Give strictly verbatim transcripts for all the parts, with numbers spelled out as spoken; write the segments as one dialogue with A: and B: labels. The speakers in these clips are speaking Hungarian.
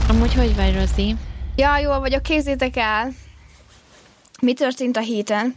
A: Amúgy hogy vagy, Rozi?
B: Ja, jól vagyok, kézzétek el. Mi történt a héten?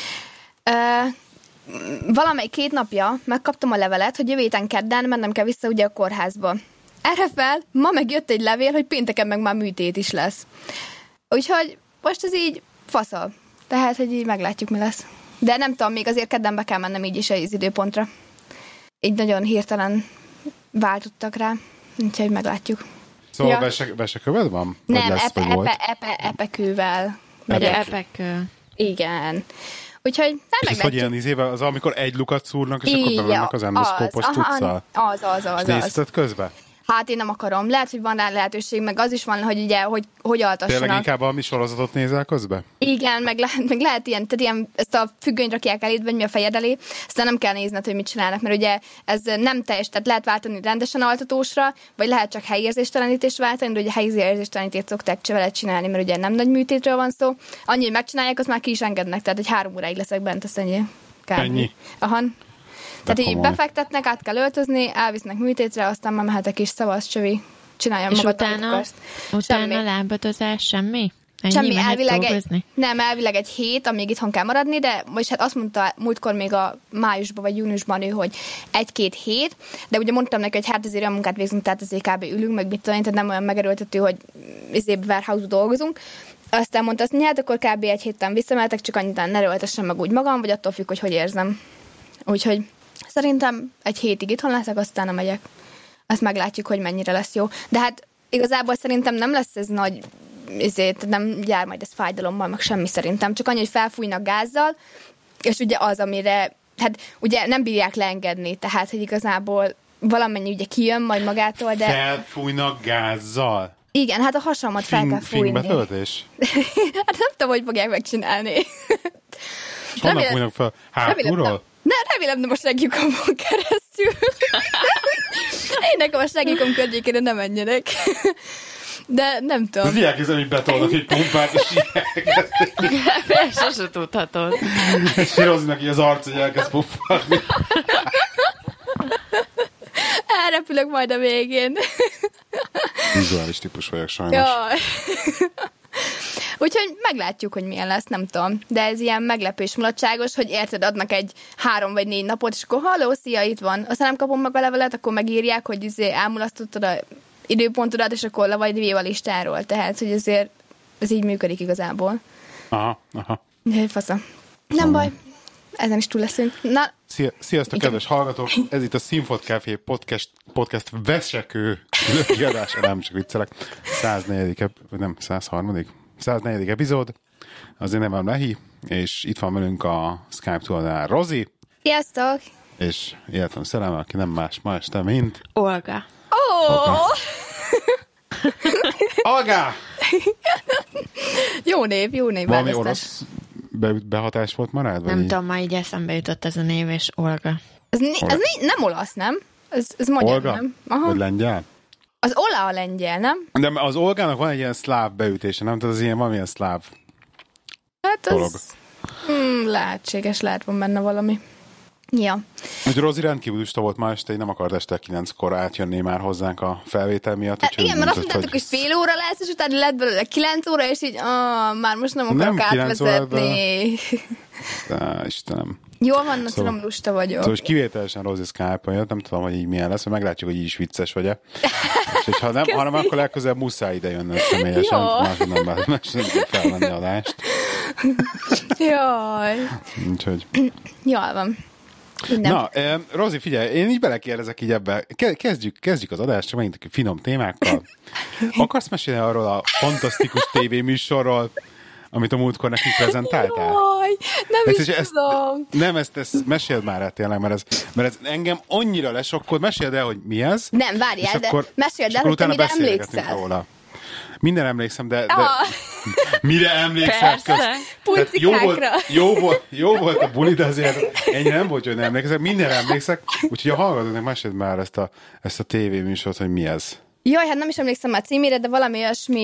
B: Uh, valamelyik két napja megkaptam a levelet, hogy jövő héten kedden mennem kell vissza ugye a kórházba. Erre fel, ma megjött egy levél, hogy pénteken meg már műtét is lesz. Úgyhogy most ez így faszal. Tehát, hogy így meglátjuk, mi lesz. De nem tudom, még azért kedden be kell mennem így is az időpontra. Így nagyon hirtelen váltottak rá, úgyhogy meglátjuk.
C: Szóval
B: ja.
C: vese, veseköved van?
B: Nem, lesz, epe, epe, epe, epekővel.
A: Epekő.
B: Igen. Úgyhogy nem
C: és ez hogy ilyen izével, az amikor egy lukat szúrnak, és akkor bemennek az endoszkópos cuccal?
B: Az, az, az.
C: És nézted közben?
B: Hát én nem akarom. Lehet, hogy van rá lehetőség, meg az is van, hogy ugye, hogy, hogy altassanak.
C: Tényleg inkább valami sorozatot nézel közben?
B: Igen, meg lehet, meg lehet ilyen, tehát ilyen, ezt a függönyt rakják eléd, vagy mi a fejed elé, aztán nem kell nézned, hogy mit csinálnak, mert ugye ez nem teljes, tehát lehet váltani rendesen altatósra, vagy lehet csak helyérzéstelenítést váltani, de ugye helyérzéstelenítést szokták vele csinálni, mert ugye nem nagy műtétről van szó. Annyi, hogy megcsinálják, azt már ki is engednek, tehát egy három óráig leszek bent, azt ennyi.
C: Ennyi?
B: Aha. Tehát így befektetnek, át kell öltözni, elvisznek műtétre, aztán már mehetek is, szavasz, csövi, csináljam
A: és
B: magad,
A: utána, utána lábadozás, semmi? Ennyi,
B: semmi, elvileg
A: dolgozni?
B: egy, nem, elvileg egy hét, amíg itthon kell maradni, de most hát azt mondta múltkor még a májusban vagy júniusban ő, hogy egy-két hét, de ugye mondtam neki, hogy hát azért olyan munkát végzünk, tehát azért kb. Ülünk, meg mit tudom, tehát nem olyan megerőltető, hogy ezért warehouse-ba dolgozunk. Aztán mondta azt, hogy hát akkor kb. Egy héten visszameltek, csak annyit ne erőltessem meg úgy magam, vagy attól függ, hogy hogy érzem. Úgyhogy szerintem egy hétig itthon leszek, aztán nem megyek. Azt meglátjuk, hogy mennyire lesz jó. De hát igazából szerintem nem lesz ez nagy, ezért nem jár majd ez fájdalommal, meg semmi szerintem. Csak annyi, hogy felfújnak gázzal, és ugye az, amire, hát ugye nem bírják leengedni, tehát, hogy igazából valamennyi ugye kijön majd magától, de...
C: Felfújnak gázzal?
B: Igen, hát a hasamat fel kell fújni.
C: Fénybetöltés?
B: Hát nem tudom, hogy fogják megcsinálni.
C: És honnan fújnak fel? Hátulról?
B: Ne, remélem nem a segjukomon keresztül. Én nekem a segjukom környékére nem menjenek. De nem tudom.
C: Ez ilyen kézzel, hogy betolnak egy pumpát, és ilyen
A: sose tudhatod.
C: És Rozinak így az arc, hogy elkezd pumpálni.
B: Elrepülök majd a végén.
C: Vizuális típus vagyok sajnos.
B: Jaj. Úgyhogy meglátjuk, hogy milyen lesz, nem tudom. De ez ilyen meglepős mulatságos, hogy érted, adnak egy három vagy négy napot, és akkor halló, szia, itt van. Aztán nem kapom meg a levelet, akkor megírják, hogy izé elmulasztottad a időpontodat, és akkor le vagy véve a listáról. Tehát, hogy azért ez így működik igazából.
C: Aha, aha.
B: De fasza. Nem baj. Ezen is túl leszünk. Na,
C: Szia, sziasztok, igen. Kedves hallgatók! Ez itt a Színfolt Café podcast, podcast vesekő kiadása, nem csak viccelek. száznegyedik vagy nem, százharmadik száznegyedik epizód. Az én nevem Lehi, és itt van velünk a Skype túloldalán Rozi.
B: Sziasztok!
C: És életem szerelme, aki nem más ma este, mint...
A: Olga.
B: Ó! Oh!
C: Olga!
B: Jó név, jó név.
C: Valami orosz be, behatás volt ma rád?
A: Nem tudom, ma így eszembe jutott ez a név, és Olga.
B: Ez, ni- ez ni- nem olasz, nem? Ez, ez magyar,
C: Olga?
B: nem? Aha.
C: Vagy lengyel?
B: Az Ola a lengyel, nem?
C: De az Olgának van egy ilyen szláv beütése, nem? Tehát az ilyen valamilyen szláv
B: Hát az...
C: dolog.
B: Hmm, lehetséges, lehet van benne valami. Ja.
C: Úgyhogy Rozi rendkívül lusta volt ma este, így nem akart este kilenckor átjönni már hozzánk a felvétel miatt.
B: Hát igen, mert azt mondtátok, hogy... hogy fél óra lesz, és utána lett belőle kilenc óra, és így ah, már most nem akarok nem átvezetni.
C: De... Istenem.
B: Jól van, szóval,
C: szóval,
B: tudom, lusta vagyok.
C: Szóval most kivételesen Rozi Skype-on jött, nem tudom, hogy így milyen lesz, meglátjuk, hogy így is vicces vagy-e. És ha nem, hanem akkor legközelebb muszáj ide jönnöd személyesen, másodban már nem felvenni adást.
B: Jaj.
C: Úgyhogy...
B: Jól van. Minden.
C: Na, eh, Rozi, figyelj, én így belekérdezek így ebbe. Kezdjük, kezdjük az adást, csak megint finom témákkal. Akarsz mesélni arról a fantasztikus tévéműsorról, amit a múltkor nekünk prezentáltál?
B: Jaj, nem
C: ezt,
B: is
C: ezt,
B: tudom.
C: Nem, ezt, ezt meséld már el tényleg, mert ez, mert ez engem annyira lesokkol. Meséld el, hogy mi ez.
B: Nem, várjál, de akkor, meséld el, hogy te mire emlékszel. Róla.
C: Minden emlékszem, de, de
B: ah.
C: mire emlékszel? Jó volt, jó, volt, jó volt a buli, de azért ennyi nem volt, hogy nem emlékszem. Mindenre emlékszek, úgyhogy a hallgatóknak meséld már ezt a, ezt a tévéműsort, hogy mi ez.
B: Jaj, hát nem is emlékszem már címére, de valami olyasmi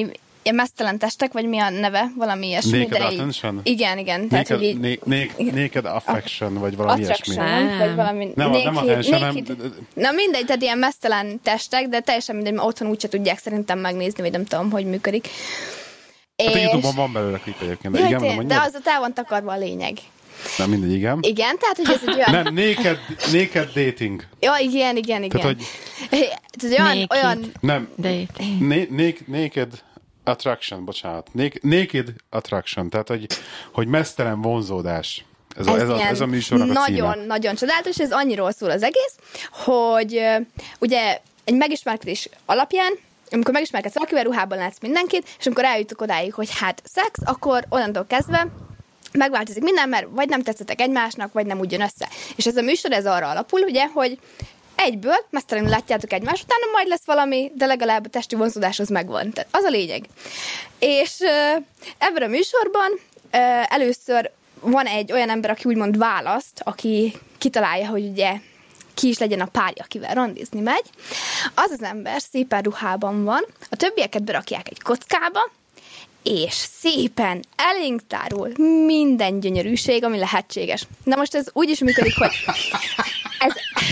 B: ilyen mesztelen testek, vagy mi a neve, valami ilyesmi.
C: Naked
B: de így,
C: attention?
B: Igen, igen.
C: Naked,
B: Tehát, hogy így,
C: na- na- naked affection, vagy valami ilyesmi.
B: Attraction, vagy valami...
C: Nem,
B: naked,
C: nem attention,
B: naked.
C: nem...
B: Na mindegy, tehát ilyen mesztelen testek, de teljesen mindegy, mert otthon úgyse tudják szerintem megnézni, vagy nem tudom, hogy működik.
C: Hát a
B: És...
C: YouTube-on van belőle klip egyébként. De,
B: Jaj,
C: igen,
B: tény,
C: nem
B: de az ott el van takarva a lényeg.
C: Na mindegy, igen.
B: Igen, tehát, hogy ez egy olyan...
C: Nem, naked, naked dating.
B: Ja, igen, igen, igen.
C: Tehát, hogy...
B: Ez olyan,
A: Naked.
B: olyan...
C: Nem,
A: Dating.
C: na- naked, naked attraction, bocsánat. Naked, naked attraction, tehát, hogy, hogy mesztelen vonzódás. Ez, a, ez, a, ez a műsornak a címe.
B: Nagyon, nagyon csodálatos, ez annyiról szól az egész, hogy uh, ugye egy megismerkedés alapján, amikor megismerkedsz valakivel, ruhában látsz mindenkit, és amikor eljutok odáig, hogy hát szex, akkor onnantól kezdve megváltozik minden, mert vagy nem tetszettek egymásnak, vagy nem úgy jön össze. És ez a műsor ez arra alapul, ugye, hogy egyből, mesztelenül látjátok egymást, utána majd lesz valami, de legalább a testi vonzódáshoz megvan. Tehát az a lényeg. És uh, ebben a műsorban uh, először van egy olyan ember, aki úgymond választ, aki kitalálja, hogy ugye ki is legyen a párja, akivel randizni megy. Az az ember szépen ruhában van, a többieket berakják egy kockába, és szépen elénk tárul minden gyönyörűség, ami lehetséges. Na most ez úgy is működik, hogy ez...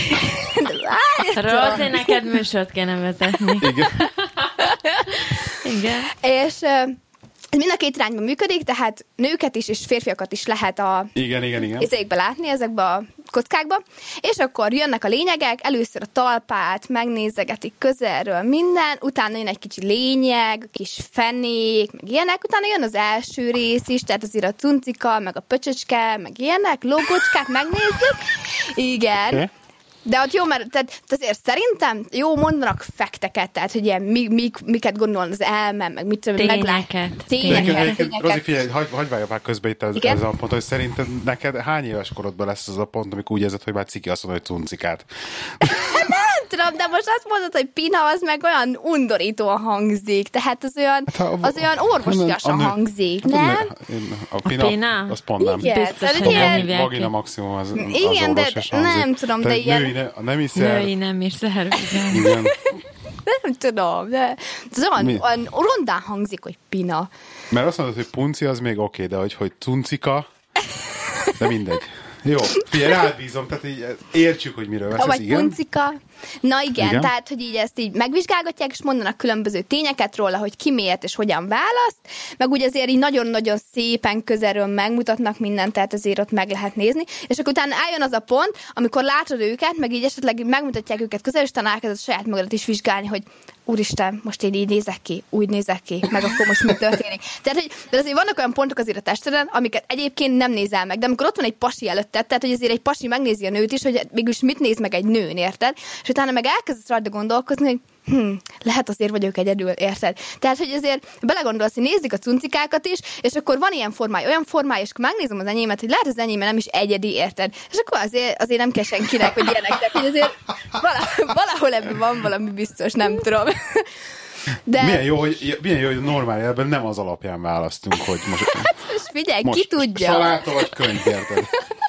A: Rozi, neked műsort kéne vezetni.
C: Igen.
A: Igen.
B: És ez mind a két irányban működik, tehát nőket is és férfiakat is lehet a
C: Igen, igen, igen.
B: ezekbe látni, ezekbe a kockákba, és akkor jönnek a lényegek, először a talpát, megnézegetik közelről minden, utána jön egy kicsi lényeg, kis fenék, meg ilyenek, utána jön az első rész is, tehát azért a cuncika, meg a pöcsöcske, meg ilyenek, logócskák, megnézzük. Igen. Okay. De ott jó, mert tehát, azért szerintem jó mondanak fekteket, tehát hogy ilyen mi, mi, miket gondol az elme, meg mit tudom,
A: tényeket.
B: Tényeket.
C: Rozi, figyelj, hagy, hagy váljak már közbe itt ez, ez a pont, hogy szerinted neked hány éves korodban lesz az a pont, amikor úgy érzed, hogy már ciki azt mondod, hogy cuncikát?
B: Nem tudom, de most azt mondod, hogy pina, az meg olyan undorítóan hangzik, tehát az olyan, hát, az olyan orvoskiasan hangzik, hát, nem?
C: A pina, a pina? Az pont nem.
B: Igen,
A: biztos, hogy nem hívják.
C: Vagina maximum az, az
B: igen, de nem tudom, de ilyen...
C: Női, ne, a nemi szer...
A: Női nemi szer, igen.
C: igen.
B: Nem tudom, de ez olyan, olyan rondán hangzik, hogy pina.
C: Mert azt mondod, hogy punci, az még oké, okay, de hogy, hogy tuncika, de mindegy. Jó, figyelj, rábízom, tehát így értsük, hogy miről vesz,
B: vagy
C: igen.
B: puncika. Na igen,
C: igen,
B: tehát, hogy így ezt így megvizsgálgatják, és mondanak különböző tényeket róla, hogy ki miért és hogyan választ, meg úgy azért így nagyon-nagyon szépen közelről megmutatnak mindent, tehát azért ott meg lehet nézni, és akkor utána eljön az a pont, amikor látod őket, meg így esetleg megmutatják őket közel, és utána elkezded saját magadat is vizsgálni, hogy úristen, most én így nézek ki, úgy nézek ki, meg akkor most mi történik. Tehát, hogy de azért vannak olyan pontok azért a testeden, amiket egyébként nem nézel meg, de amikor ott van egy pasi előtted, tehát hogy azért egy pasi megnézi a nőt is, hogy mégis mit néz meg egy nőn, érted? És utána meg elkezdesz rajta gondolkozni, hogy hm, lehet azért vagyok egyedül, érted? Tehát, hogy azért belegondolsz, hogy nézzük a cuncikákat is, és akkor van ilyen formája, olyan formája, és akkor megnézem az enyémet, hogy lehet az enyém nem is egyedi, érted? És akkor azért, azért nem kell senkinek, hogy ilyenek, tehát, hogy azért valahol, valahol ebben van valami biztos, nem tudom. De...
C: Milyen jó, hogy, milyen jó, hogy normál életben nem az alapján választunk, hogy most...
B: Hát most figyelj,
C: most
B: ki tudja.
C: Saláta vagy könyv, érted?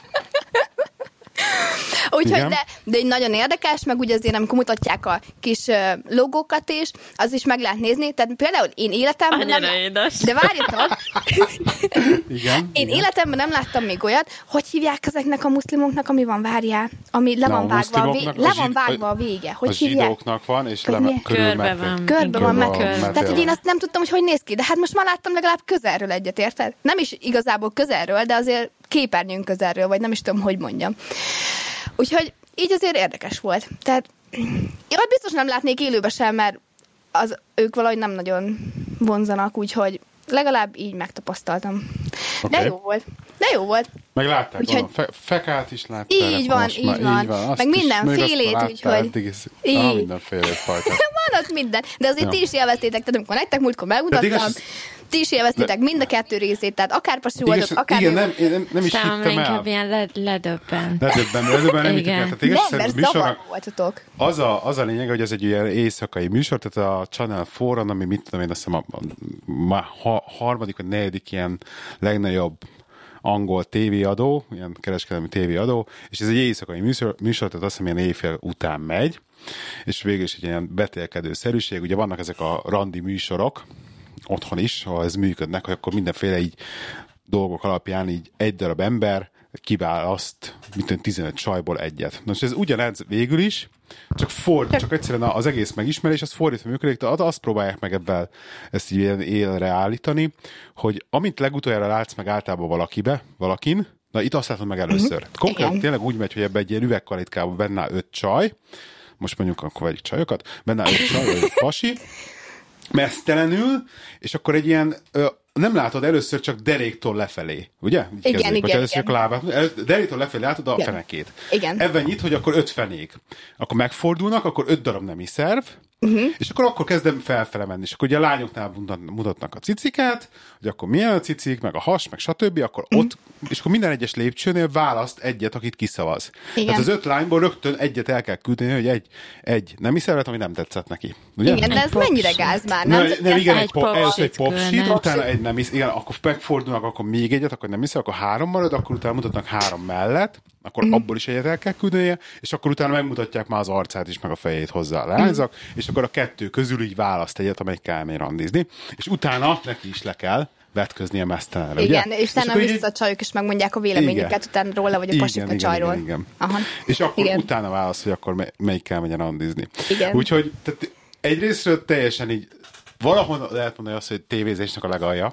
B: Úgyhogy, de, de így nagyon érdekes, meg ugye azért, amikor mutatják a kis uh, logókat is, az is meg lehet nézni. Tehát például én életemben
A: Annyira
B: nem...
A: édes.
B: De várjatok!
C: Igen,
B: Én
C: igen.
B: életemben nem láttam még olyat, hogy hívják ezeknek a muszlimoknak, ami van, várjál, ami le
C: Na,
B: van vágva a, vé... le
C: a
B: van
C: zsid...
B: vágva a vége. Hogy
C: a
B: hívják?
C: zsidóknak van, és
B: Hogy
C: leme...
B: milyen?
C: körül
A: Körbe
C: meg...
A: van.
B: Körbe van meg.
A: Körbe.
B: Tehát, hogy én azt nem tudtam, hogy hogy néz ki, de hát most már láttam legalább közelről egyet, érted? Nem is igazából közelről, de azért képernyőn közelről, vagy nem is tudom, hogy mondjam. Úgyhogy így azért érdekes volt. Tehát én biztos nem látnék élőbe sem, mert az, ők valahogy nem nagyon vonzanak, úgyhogy legalább így megtapasztaltam. Okay. De jó volt. De jó volt.
C: Meg látták, úgyhogy... van, fe, fekát is láttál.
B: Így van, így van. Így van. Meg mindenfélét, úgyhogy...
C: Ah, mindenfélét fajtát.
B: Van ott minden. De azért ja. Ti is élveztétek, tehát amikor nektek múltkor megmutattam, igaz, ti is élveztétek mind a kettő részét, tehát akár pasú vagyok, akár...
C: Igen, nem, én nem, nem is
A: Számomra
C: hittem el.
A: inkább ilyen led, ledöbben.
C: Ledöbben, ledöbben nem hittem el.
B: Nem, mert zavar voltatok.
C: Az a, az a lényeg, hogy ez egy ilyen éjszakai műsor, tehát a Channel négy, ami mit tudom én, azt hiszem a, a, a harmadik vagy negyedik ilyen legnagyobb angol tévéadó, ilyen kereskedelmi tévéadó, és ez egy éjszakai műsor, műsor, tehát azt hiszem ilyen éjfél után megy, és végül is egy ilyen betélkedő szerűség, ugye vannak ezek a randi műsorok, otthon is, ha ez működnek, hogy akkor mindenféle így dolgok alapján így egy darab ember kiválaszt, mint olyan tizenöt csajból egyet. Most ez ugyanez végül is, csak, ford, csak egyszerűen az egész megismerés, az fordítva működik, de azt próbálják meg ebben ezt így élre állítani, hogy amint legutoljára látsz meg általában valakibe, valakin, na itt azt látod meg először. Uh-huh. Konkrétan tényleg úgy megy, hogy ebben egy ilyen üvegkalitkában benne áll öt csaj, most mondjuk akkor vegyük csajokat, benne áll öt csaj, vagy pasi, mesztelenül, és akkor egy ilyen ö, nem látod először csak deréktől lefelé, ugye?
B: Igen, kezdődik, igen,
C: először
B: igen.
C: A lábát, deréktől lefelé látod a igen. fenekét.
B: Igen.
C: Ebben nyit, hogy akkor öt fenék. Akkor megfordulnak, akkor öt darab nemi szerv, uh-huh. és akkor akkor kezdem felfele menni. És akkor ugye a lányoknál mutatnak a cicikát, hogy akkor milyen a cicik, meg a has, meg stb., akkor uh-huh. ott, és akkor minden egyes lépcsőnél választ egyet, akit kiszavaz. Igen. Tehát az öt lányból rögtön egyet el kell küldeni, hogy egy, egy nemi szervet, ami nem tetszett neki. Ugye?
B: Igen, de ez mennyire gáz már,
C: nem?
B: Nem,
C: nem, nem igen, egy,
A: pop,
C: pop, egy popsít,
A: pop
C: utána egy nem igen, akkor megfordulnak, akkor még egyet, akkor nem hiszem, akkor három marad, akkor utána mutatnak három mellett, akkor mm. abból is egyet el kell küldenie, és akkor utána megmutatják már az arcát is, meg a fejét hozzá a lányzak, mm. és akkor a kettő közül így választ egyet, amelyik kell elmegy randizni, és utána neki is le kell vetköznie mesztelenre,
B: igen,
C: ugye?
B: és utána vissza a csajok is megmondják a véleményüket utána róla, vagy a pasik a csajról.
C: Igen, igen.
B: Aha.
C: És akkor
B: igen.
C: utána válasz, hogy akkor melyik kell menjen randizni.
B: Igen.
C: Úgyhogy tehát egyrésztről teljesen így valahol lehet mondani azt, hogy tévézésnek a legalja.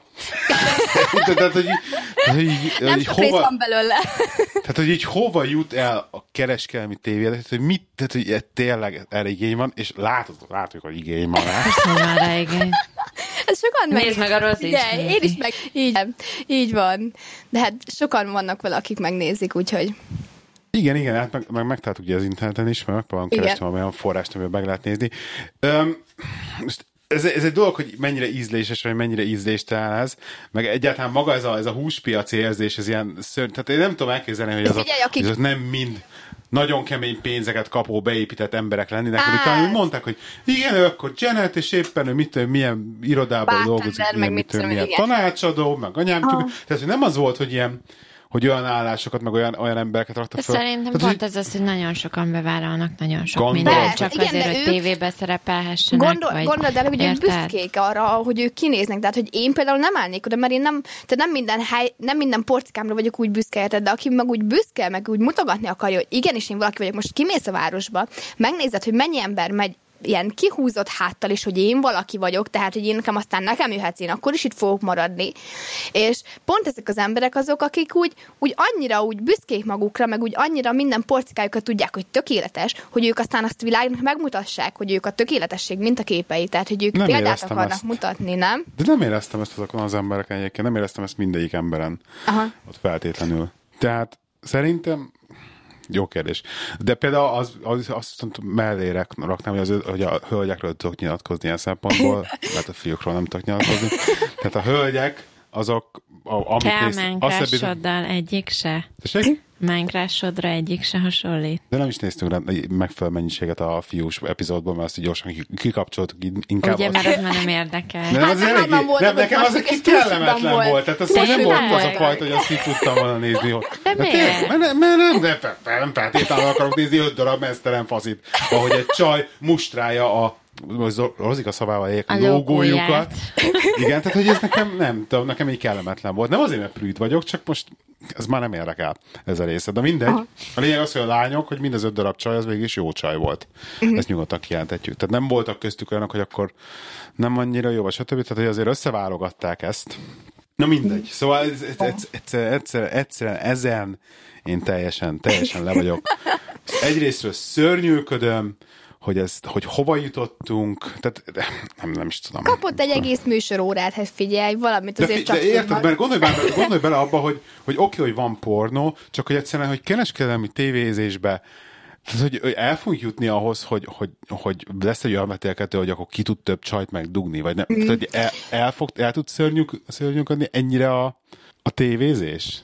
C: Tehát, hogy, hogy így,
B: nem
C: hogy
B: sok
C: hova,
B: rész van belőle.
C: Tehát, hogy így hova jut el a kereskedelmi tévé, tehát, hogy mit, tehát, hogy tényleg erre igény van, és látod, látjuk, hogy igény van rá.
A: Köszönöm rá igény.
B: Ez sokan
A: Nézd meg, meg a Rozi is.
B: Én is meg. Így, így van. De hát sokan vannak vele, akik megnézik, úgyhogy...
C: Igen, igen, hát meg, meg megtaláltuk ugye az interneten is, mert megpróbálom keresni olyan forrást, amivel meg lehet nézni. Öm, most ez, ez egy dolog, hogy mennyire ízléses, vagy mennyire ízléstelen ez, meg egyáltalán maga ez a, ez a húspiaci érzés, ez ilyen szörny, tehát én nem tudom elképzelni, hogy azok, akik... azok nem mind nagyon kemény pénzeket kapó, beépített emberek lennének, hogy utána mondták, hogy igen, ő akkor Janet, és éppen ő mit, milyen irodában dolgozik, milyen, mit, mit, milyen tanácsadó, meg anyám, ah. tehát nem az volt, hogy ilyen hogy olyan állásokat, meg olyan, olyan embereket raktak fel.
A: Szerintem tehát, pont ez az, hogy nagyon sokan bevállalnak nagyon sok
C: gondol,
A: mindent, csak
B: igen,
A: azért, hogy ők... tévébe szerepelhessenek.
B: Gondol, vagy gondold el, hogy ők büszkék arra, hogy ők kinéznek. Tehát, hogy én például nem állnék oda, mert én nem, tehát nem minden hely, nem minden porcikámra vagyok úgy büszke, de aki meg úgy büszke, meg úgy mutogatni akarja, hogy igenis én valaki vagyok, most kimész a városba, megnézed, hogy mennyi ember megy ilyen kihúzott háttal is, hogy én valaki vagyok, tehát, hogy én nekem aztán nekem jöhetsz, én akkor is itt fogok maradni. És pont ezek az emberek azok, akik úgy, úgy annyira úgy büszkék magukra, meg úgy annyira minden porcikájukat tudják, hogy tökéletes, hogy ők aztán azt világnak megmutassák, hogy ők a tökéletesség mintaképei, tehát, hogy ők nem példát akarnak ezt. mutatni, nem?
C: De nem éreztem ezt azokon az embereken egyébként, nem éreztem ezt mindegyik emberen. Aha. Ott feltétlenül. Tehát szerintem jó kérdés. De például az, az, azt mellé raknám, hogy, az, hogy a hölgyekről tudok nyilatkozni ilyen szempontból, mert a fiúkról nem tudok nyilatkozni. Tehát a hölgyek, azok, a, amit
A: Te a Minecraft-soddal egyik se?
C: Tessék?
A: Minecraft-sodra egyik se hasonlít.
C: De nem is néztünk megfelelő mennyiséget a fiús epizódból, mert azt így gyorsan kikapcsoltuk inkább.
A: Ugye, mert az már nem érdekel.
C: De nem, az hát, nem, volt, nem nekem az, aki kellemetlen volt. volt. Tehát az nem volt az a fajta, hogy azt így tudtam volna nézni.
A: De miért?
C: Mert nem, nem, de nem feltétlenül akarok nézni öt darab mesztelen faszit, ahogy egy csaj mustrálja a Rozika szavával éljek a logójukat. Igen, tehát hogy ez nekem nem, nekem így kellemetlen volt. Nem azért, mert prűd vagyok, csak most ez már nem érdekel ez a része. De mindegy. Aha. A lényeg az, hogy a lányok, hogy mind az öt darab csaj, az mégis jó csaj volt. Uh-huh. Ezt nyugodtan kijelentetjük. Tehát nem voltak köztük olyanok, hogy akkor nem annyira jó, vagy stb. Tehát, hogy azért összeválogatták ezt. Na mindegy. Szóval ez, ez, ez, egyszer, egyszer, egyszerűen ezen én teljesen, teljesen le vagyok. Egyrésztről szörnyűködöm, hogy, ezt, hogy hova jutottunk, tehát nem, nem is tudom.
B: Kapott egy egész műsorórát, hát figyelj, valamit azért de, csak
C: de érted, mert gondolj bele, gondolj bele abba, hogy, hogy oké, okay, hogy van pornó, csak hogy egyszerűen, hogy kereskedelmi tévézésbe, tehát, hogy el fogunk jutni ahhoz, hogy, hogy, hogy lesz egy olyan vetélkedő, hogy akkor ki tud több csajt megdugni, vagy nem. Mm. Tehát, hogy el, el, fog, el tud szörnyűk, szörnyűködni ennyire a, a tévézés?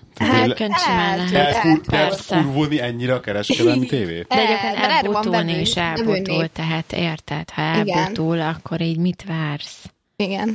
C: Elkurvulni ennyire a kereskedelmi tévé?
A: De egyébként elbutulni is elbutul, tehát érted? Ha elbutul, akkor így mit vársz?
B: Igen.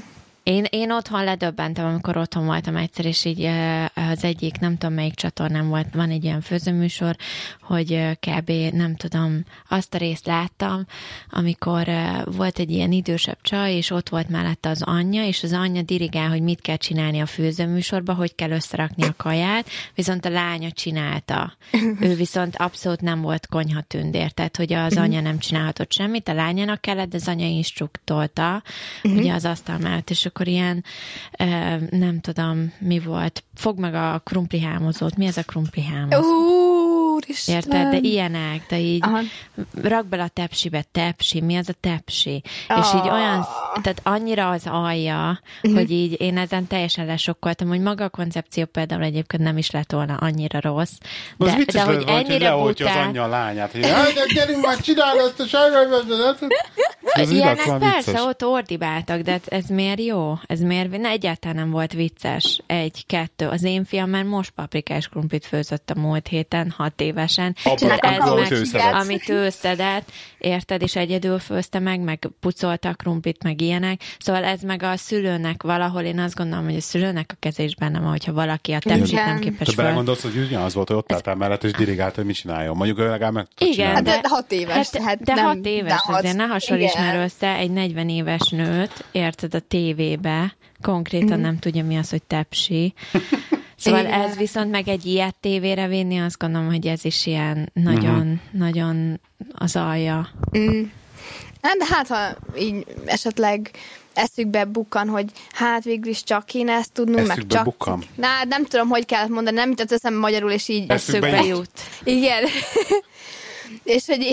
A: Én, én otthon ledöbbentem, amikor otthon voltam egyszer, és így az egyik, nem tudom melyik csatornám volt, van egy olyan főzőműsor, hogy kb. Nem tudom, azt a részt láttam, amikor volt egy ilyen idősebb csaj, és ott volt mellette az anyja, és az anyja dirigál, hogy mit kell csinálni a főzőműsorba, hogy kell összerakni a kaját, viszont a lánya csinálta. Ő viszont abszolút nem volt konyhatündér, tehát hogy az anya nem csinálhatott semmit, a lányának kellett, de az anya instruktolta, ugye az asztal mellett, és akkor ilyen, nem tudom, mi volt. Fogd meg a krumplihámozót. Mi ez a krumplihámoz?
B: Úristen!
A: Érted? De ilyenek, de így
B: Aha.
A: rak bele a tepsibe, tepsi, mi az a tepsi?
B: Oh.
A: És így olyan, tehát annyira az alja, uh-huh. hogy így én ezen teljesen lesokkoltam, hogy maga a koncepció például egyébként nem is lett volna annyira rossz. De,
C: az
A: de hogy
C: van,
A: ennyire
C: hogy
A: bután...
C: az anyja a lányát, hogy gyerünk már, csinálj ezt a sajnálatodat!
A: Ilyenek persze, ott ordibáltak, de ez miért jó? Ez miért? Na, egyáltalán nem volt vicces. Egy, kettő. Az én fiam már most paprikás krumplit főzött a múlt héten, hat évesen.
C: Abban,
A: ez
C: abban,
A: meg,
C: ő szedett.
A: amit ő szedett, érted, és egyedül főzte meg, meg pucolta a krumplit, meg ilyenek. Szóval ez meg a szülőnek valahol, én azt gondolom, hogy a szülőnek a keze is benne van, hogyha valaki a tepsit nem képes
C: Te
A: fel.
C: belegondolsz, hogy ugyanaz volt, hogy ott álltál mellett, és dirigált, hogy mit csináljon. Mondjuk ő legalább meg tud
A: Igen,
C: csinálni.
B: de, de hat éves.
A: Hát,
B: tehát
A: de
B: nem,
A: hat éves,
B: de
A: azért ne hasonlíts
B: igen.
A: már össze egy negyven éves nőt, érted, a tévébe, konkrétan mm. nem tudja, mi az, hogy tepsi. Szóval igen. Ez viszont meg egy ilyet tévére vinni, azt gondolom, hogy ez is ilyen nagyon, mm-hmm. nagyon az alja.
B: Mm. De hát, ha így esetleg eszükbe bukkan, hogy hát végül is csak kéne ezt tudnunk,
C: eszükbe
B: meg csak...
C: bukkan?
B: Na, nem tudom, hogy kell mondani, nem jutott eszembe magyarul, és így
A: eszükbe, eszükbe jut. jut.
B: Igen. És hogy...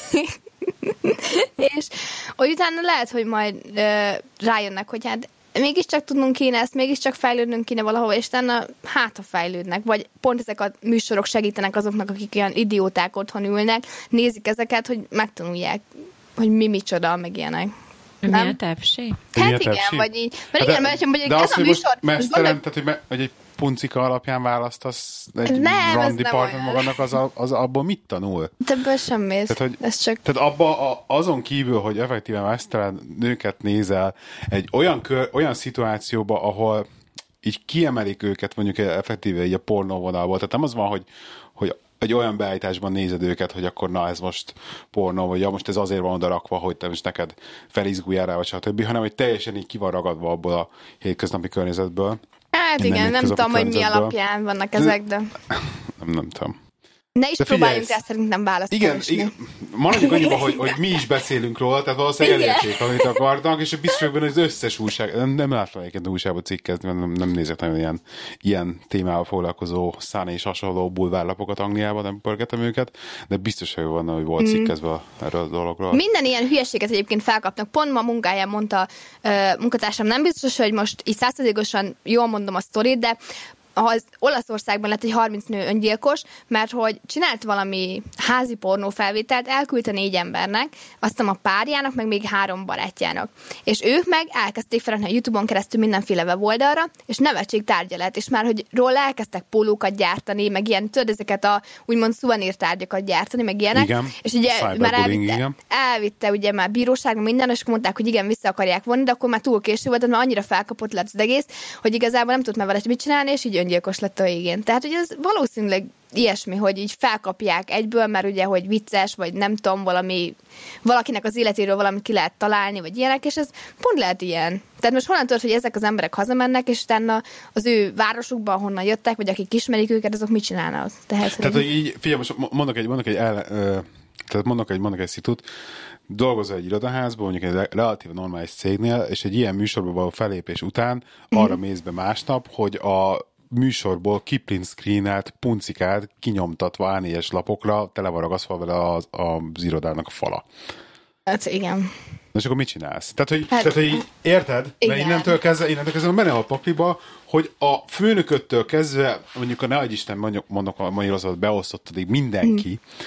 B: és hogy utána lehet, hogy majd ö, rájönnek, hogy hát mégiscsak tudnunk kéne ezt, mégiscsak fejlődnünk kéne valahol, és utána hát, ha fejlődnek, vagy pont ezek a műsorok segítenek azoknak, akik olyan idióták otthon ülnek, nézik ezeket, hogy megtanulják, hogy mi micsoda, meg ilyenek.
A: Mi a tepsi?
B: Hát
C: mi a
B: igen,
C: tepsi?
B: vagy így. Mert
C: de,
B: igen, mert mondjuk
C: de
B: ez
C: az,
B: a műsor...
C: mesztelen, tehát, hogy, me, hogy egy puncika alapján választasz egy
B: nem,
C: randi partner
B: olyan.
C: magadnak, az, a, az abból mit tanul?
B: Ebből semmit.
C: Tehát, hogy,
B: ez csak...
C: tehát abba, a, azon kívül, hogy effektíven mesztelen nőket nézel egy olyan, kör, olyan szituációba, ahol így kiemelik őket mondjuk effektíve így a pornóvonalból. Tehát nem az van, hogy, hogy egy olyan beállításban nézed őket, hogy akkor na ez most pornó, vagy ja, most ez azért van oda rakva, hogy te most neked felizguljál rá, vagy stb., hanem hogy teljesen így ki van ragadva abból a hétköznapi környezetből.
B: Hát igen, nem, nem tudom, hogy mi alapján vannak ezek, de...
C: Nem, nem tudom.
B: Ne is
C: de
B: próbáljunk rá szerintem választani.
C: Igen, igen. Maradjunk annyiban, hogy, hogy mi is beszélünk róla, tehát valószínűleg elérték, amit akartak, és biztos vagyok benne, hogy az összes újság, nem, nem láttam egyébként újságban cikkezni, nem, nem nézek nagyon ilyen, ilyen témával foglalkozó Sun és hasonló bulvárlapokat Angliában, nem pörgetem őket, de biztos vagyok benne, hogy volt cikkezve mm. erről a dologról.
B: Minden ilyen hülyeséget egyébként felkapnak. Pont ma munkáján mondta uh, munkatársam, nem biztos, hogy most így százszerzékosan jól mondom a sztorit, de az Olaszországban lett egy harminc nő öngyilkos, mert hogy csinált valami házi pornófelvételt, elküldte négy embernek, aztán a párjának, meg még három barátjának. És ők meg elkezdték felrakni a YouTube-on keresztül mindenféle weboldalra, és nevetség tárgya lett, és már, hogy róla elkezdtek pólókat gyártani, meg ilyen, tudod, ezeket a úgymond szuvenírtárgyakat gyártani, meg ilyenek.
C: Igen.
B: És ugye már elvitte, igen. elvitte ugye már bíróságban minden, és mondták, hogy igen, vissza akarják vonni, de akkor már túl késő volt, mert annyira felkapott lett az egész, hogy igazából nem tudott már vele mit csinálni, és így öngyilkos lett a végén. Tehát, hogy ez valószínűleg ilyesmi, hogy így felkapják egyből, mert ugye, hogy vicces, vagy nem tudom, valami, valakinek az életéről valamit ki lehet találni, vagy ilyenek, és ez pont lehet ilyen. Tehát most honnan tudod, hogy ezek az emberek hazamennek, és utána az ő városukban, honnan jöttek, vagy akik ismerik őket, azok mit csinálnak? Tehát,
C: Tehát hogy így, figyelj, most mondok egy, mondok egy, el, ö, tehát mondok egy, mondok egy szitut, dolgozol egy irodaházban, mondjuk egy relatív normális cégnél, és egy ilyen műsorban való felépés után arra mm. mész be másnap, hogy a műsorból kiprint screenelt puncikát kinyomtatva á négyes lapokra tele van ragasztva vele az, az irodának a fala.
B: Hát igen.
C: És akkor mit csinálsz? Tehát, hogy,
B: hát,
C: tehát, hogy így, érted?
B: Igen.
C: Mert innentől kezdve, innentől kezdve benne a pakliba, hogy a főnököttől kezdve, mondjuk a nehogy Isten mondjuk, mondok a Magyarországot beosztottadig mindenki, mm.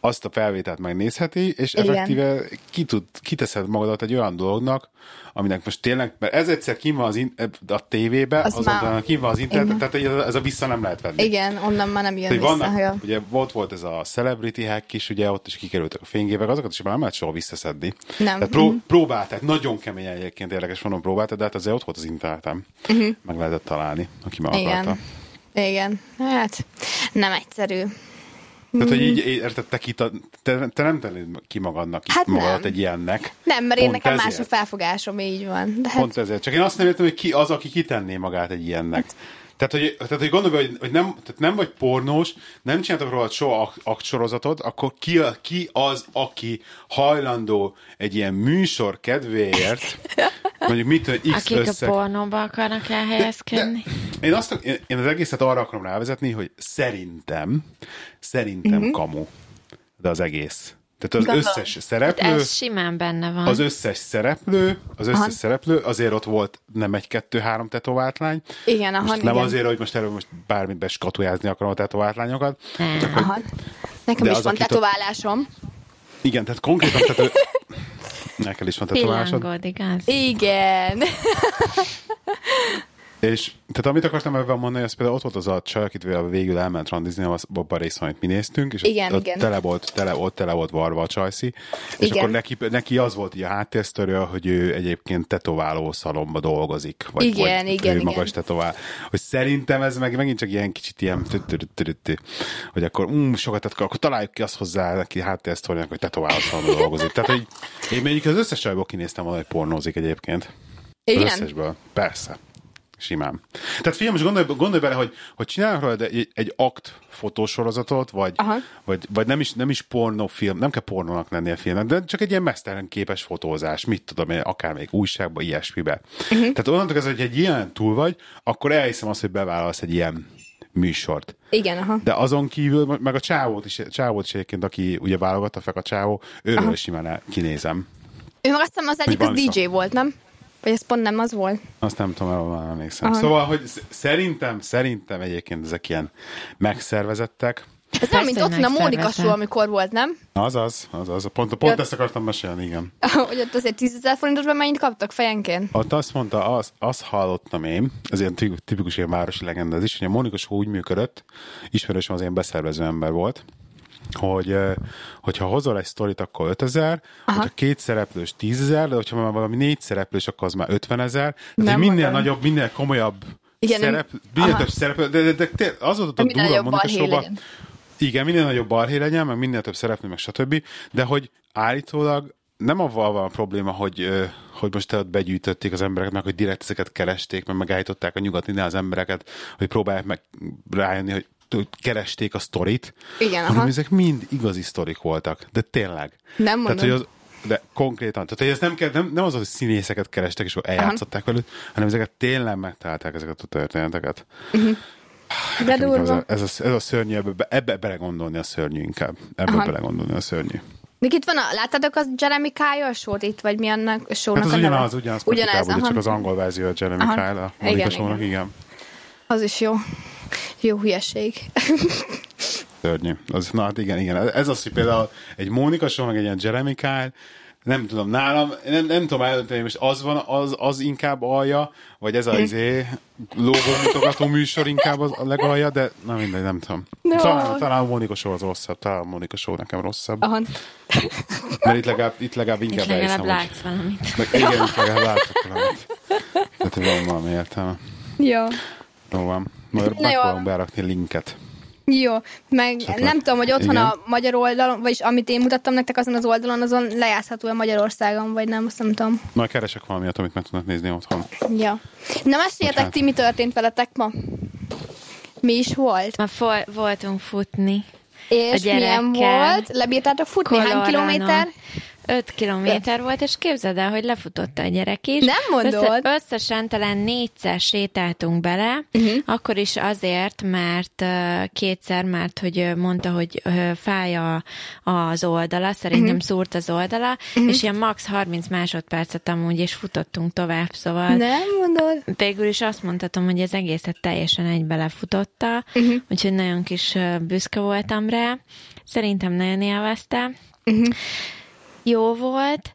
C: azt a felvételt megnézheti, és
B: Igen.
C: effektíve ki tud, kiteszed magadat egy olyan dolognak, aminek most tényleg, mert ez egyszer kim van az in, a tévébe, az azon kim van az internet, tehát ez a vissza nem lehet venni.
B: Igen, onnan már nem jön
C: tehát
B: vissza.
C: Vannak,
B: Ja.
C: ugye volt volt ez a celebrity hack is, ugye ott is kikerültek a fénygépek, azokat is már nem lehet soha visszaszedni.
B: Nem.
C: Tehát pró, próbálták, nagyon keményen egyébként érdekes mondom próbálták, de hát azért ott volt az internetem. Uh-huh. Meg lehetett találni, aki meg
B: Igen.
C: akarta.
B: Igen, hát nem egyszerű.
C: Tehát, hogy így, érted, te, ki, te, te nem tennéd ki magadnak
B: Hát
C: magadat
B: nem.
C: egy ilyennek.
B: Nem, mert én
C: Pont
B: nekem
C: ezért.
B: más a felfogásom, így van. De hát,
C: Pont ezért. Csak én azt nem értem, hogy ki az, aki kitenné magát egy ilyennek. Tehát, hogy, tehát, hogy gondolj, hogy, hogy nem, tehát nem vagy pornós, nem csináltak róla soha ak- aktsorozatot, akkor ki, ki az, aki hajlandó egy ilyen műsor kedvéért, mondjuk mit tudom, X
A: Akik
C: összeg...
A: a pornóba akarnak elhelyezkedni.
C: De, de én, azt, én, én az egészet arra akarom rávezetni, hogy szerintem, szerintem
B: Mhm.
C: uh-huh. kamu. De az egész. Tehát az
B: Gondolom.
C: összes szereplő...
A: Ez simán benne van.
C: Az összes szereplő, az összes
B: Aha.
C: szereplő, azért ott volt nem egy, kettő, három tetovált lány.
B: igen, aha,
C: Most
B: igen.
C: nem azért, hogy most erről most bármit beskatujázni akarom a tetovált lányokat.
A: Nem.
C: Csak, hogy,
B: Aha. Nekem
C: de
B: is
C: az,
B: van
C: akit ott-
B: tetoválásom.
C: igen, tehát konkrétan tető... Neked is van tetoválásod.
A: Pillangod, igaz?
B: Igen.
C: És tehát amit akartam ebben mondani, az például ott volt az a csaj, akit végül elment randizni, az abban a részben, amit mi néztünk, és
B: Igen,
C: ott,
B: igen.
C: ott, tele volt, tele, ott tele volt varva a csajszi, és
B: Igen.
C: akkor neki, neki az volt így a háttérsztoria, hogy ő egyébként tetováló szalomba dolgozik, vagy,
B: Igen,
C: vagy
B: igen,
C: ő
B: igen.
C: maga is tetovál. Hogy szerintem ez meg megint csak ilyen kicsit ilyen tü-tü-tü-tü-tü, hogy akkor um, sokat tetkor, akkor találjuk ki azt hozzá neki háttérsztoriának, hogy tetováló szalomba dolgozik. Tehát, hogy én mondjuk az összes csajból kinéztem volna, hogy pornózik egyébként. Az
B: Igen.
C: összesből. Persze. Simán. Tehát figyelj, most gondolj, gondolj bele, hogy, hogy csinálnak rajta egy, egy akt fotósorozatot, vagy, vagy, vagy nem, is, nem is pornófilm, nem kell pornónak lenni a filmnek, de csak egy ilyen mesztelen képes fotózás, mit tudom én, akár még újságban, ilyesmibe. Uh-huh. Tehát onnantól kezdve, hogy egy ilyen túl vagy, akkor elhiszem azt, hogy bevállalsz egy ilyen műsort.
B: Igen, aha.
C: De azon kívül, meg a csávót is, csávót is egyébként, aki ugye válogatta fel a csávó, őről
B: Aha.
C: is simán el, kinézem.
B: Ő meg azt hiszem az egyik az
C: valami
B: dé dzsé volt, nem? Vagy ez pont nem az volt?
C: Azt nem tudom, arról már emlékszem.
B: Aha.
C: Szóval, hogy sz- szerintem, szerintem egyébként ezek ilyen megszervezettek.
B: Ez nem, mint
A: hogy
B: otthon a Mónika
A: megszervezem.
B: show, amikor volt, nem?
C: Azaz, azaz. Pont, pont
B: Ja.
C: ezt akartam mesélni, igen.
B: Hogy ott azért tízezer forintosban mennyit kaptak fejenként?
C: Ott azt mondta, az, azt hallottam én, ez ilyen tipikus, tipikus ilyen városi legenda ez is, hogy a Mónika Show úgy működött, ismerősöm az ilyen beszervező ember volt, hogy eh, hogyha hozol egy sztorit, akkor ötezer, hogyha két szereplős tízezer, de hogyha már valami négy szereplős, akkor az már ötvenezer. Tehát
B: Nem
C: hogy minél
B: mondom.
C: nagyobb, minél komolyabb
B: Igen, nem-
C: szerep, minél
B: aha.
C: több szereplő, de, de, de, de az volt ott a
B: Minél
C: durva a
B: nagyobb
C: Mónika
B: balhé
C: Show-ban.
B: legyen.
C: Igen, minél nagyobb balhé legyen, meg minél több szereplő, meg stb. De hogy állítólag nem avval van a probléma, hogy, ö, hogy most ott begyűjtötték az embereket, meg hogy direkt ezeket keresték, meg megállították a nyugatnál az embereket, hogy próbálják meg rájönni, hogy hogy keresték a sztorit,
B: Igen,
C: hanem
B: aha.
C: ezek mind igazi sztorik voltak. De tényleg.
B: Nem
C: Tehát,
B: mondom.
C: hogy az, de konkrétan. Tehát, hogy ez nem, kell, nem, nem az, hogy színészeket kerestek, és akkor eljátszották velük, hanem ezeket tényleg megtalálták, ezeket a történeteket.
B: De
C: Nekem inkább
B: durva.
C: Ez a, ez a, ez a szörnyű, ebbe, ebbe belegondolni a szörnyű inkább. Ebbe
B: Aha.
C: belegondolni a szörnyű.
B: Még itt van, a, láttadok az Jeremy Kyle show-t itt, vagy mi annak a show-nak
C: Hát az
B: a neve?
C: ugyanaz, ugyanaz,
B: Ugyanez,
C: ugyanaz
B: aha.
C: csak az angol verzió a Jeremy
B: Aha.
C: Kyle, a
B: Igen,
C: Monika Show-nak,
B: igen.
C: igen.
B: Az is jó. Jó hülyeség.
C: Szörnyű. Az, na hát igen, igen. Ez az, hogy például egy Monika Show, meg egy ilyen Jeremy Kyle, nem tudom, nálam, nem, nem tudom eldönteni, most az van, az, az inkább alja, vagy ez a izé, logómutogató műsor inkább az a legalja, de na mindegy, nem tudom.
B: No.
C: Talán, talán a Monika Show az rosszabb, talán a Monika Show nekem rosszabb.
B: Aha.
C: Mert itt legalább, itt legalább
A: Itt
C: inkább
A: legalább
C: elhiszem, hogy...
A: látsz valamit.
C: Meg, igen, itt legalább látok valamit. Tehát, hogy van valami értelme.
B: Jó.
C: Jó van. Majd
B: Na jó.
C: megpróbálom berakni linket.
B: Jó, meg
C: Esetleg.
B: nem tudom, hogy otthon
C: Igen.
B: a magyar oldalon, vagyis amit én mutattam nektek azon az oldalon, azon lejátszható a Magyarországon, vagy nem, azt nem tudom.
C: Majd keresek valamiat, amit meg tudnak nézni otthon.
B: Ja. Na, meséljetek
C: Bocsánat.
B: ti, mi történt veletek ma? Mi is volt?
A: Ma fol- voltunk futni.
B: És
A: a
B: milyen
A: gyerekkel.
B: volt? Lebírtátok futni? Hány
A: Coloradoon.
B: kilométer?
A: öt kilométer volt, és képzeld el, hogy lefutotta a gyerek is.
B: Nem mondod?
A: Össze, összesen talán négyszer sétáltunk bele, uh-huh. akkor is azért, mert uh, kétszer, mert hogy mondta, hogy uh, fáj a, az oldala, szerintem uh-huh. szúrt az oldala, uh-huh. és ilyen max. harminc másodpercet amúgy, és futottunk tovább, szóval
B: nem mondod?
A: Végül is azt mondhatom, hogy az egészet teljesen egybe lefutotta, uh-huh. úgyhogy nagyon kis uh, büszke voltam rá. Szerintem nagyon élvezte. Uh-huh. Jó volt,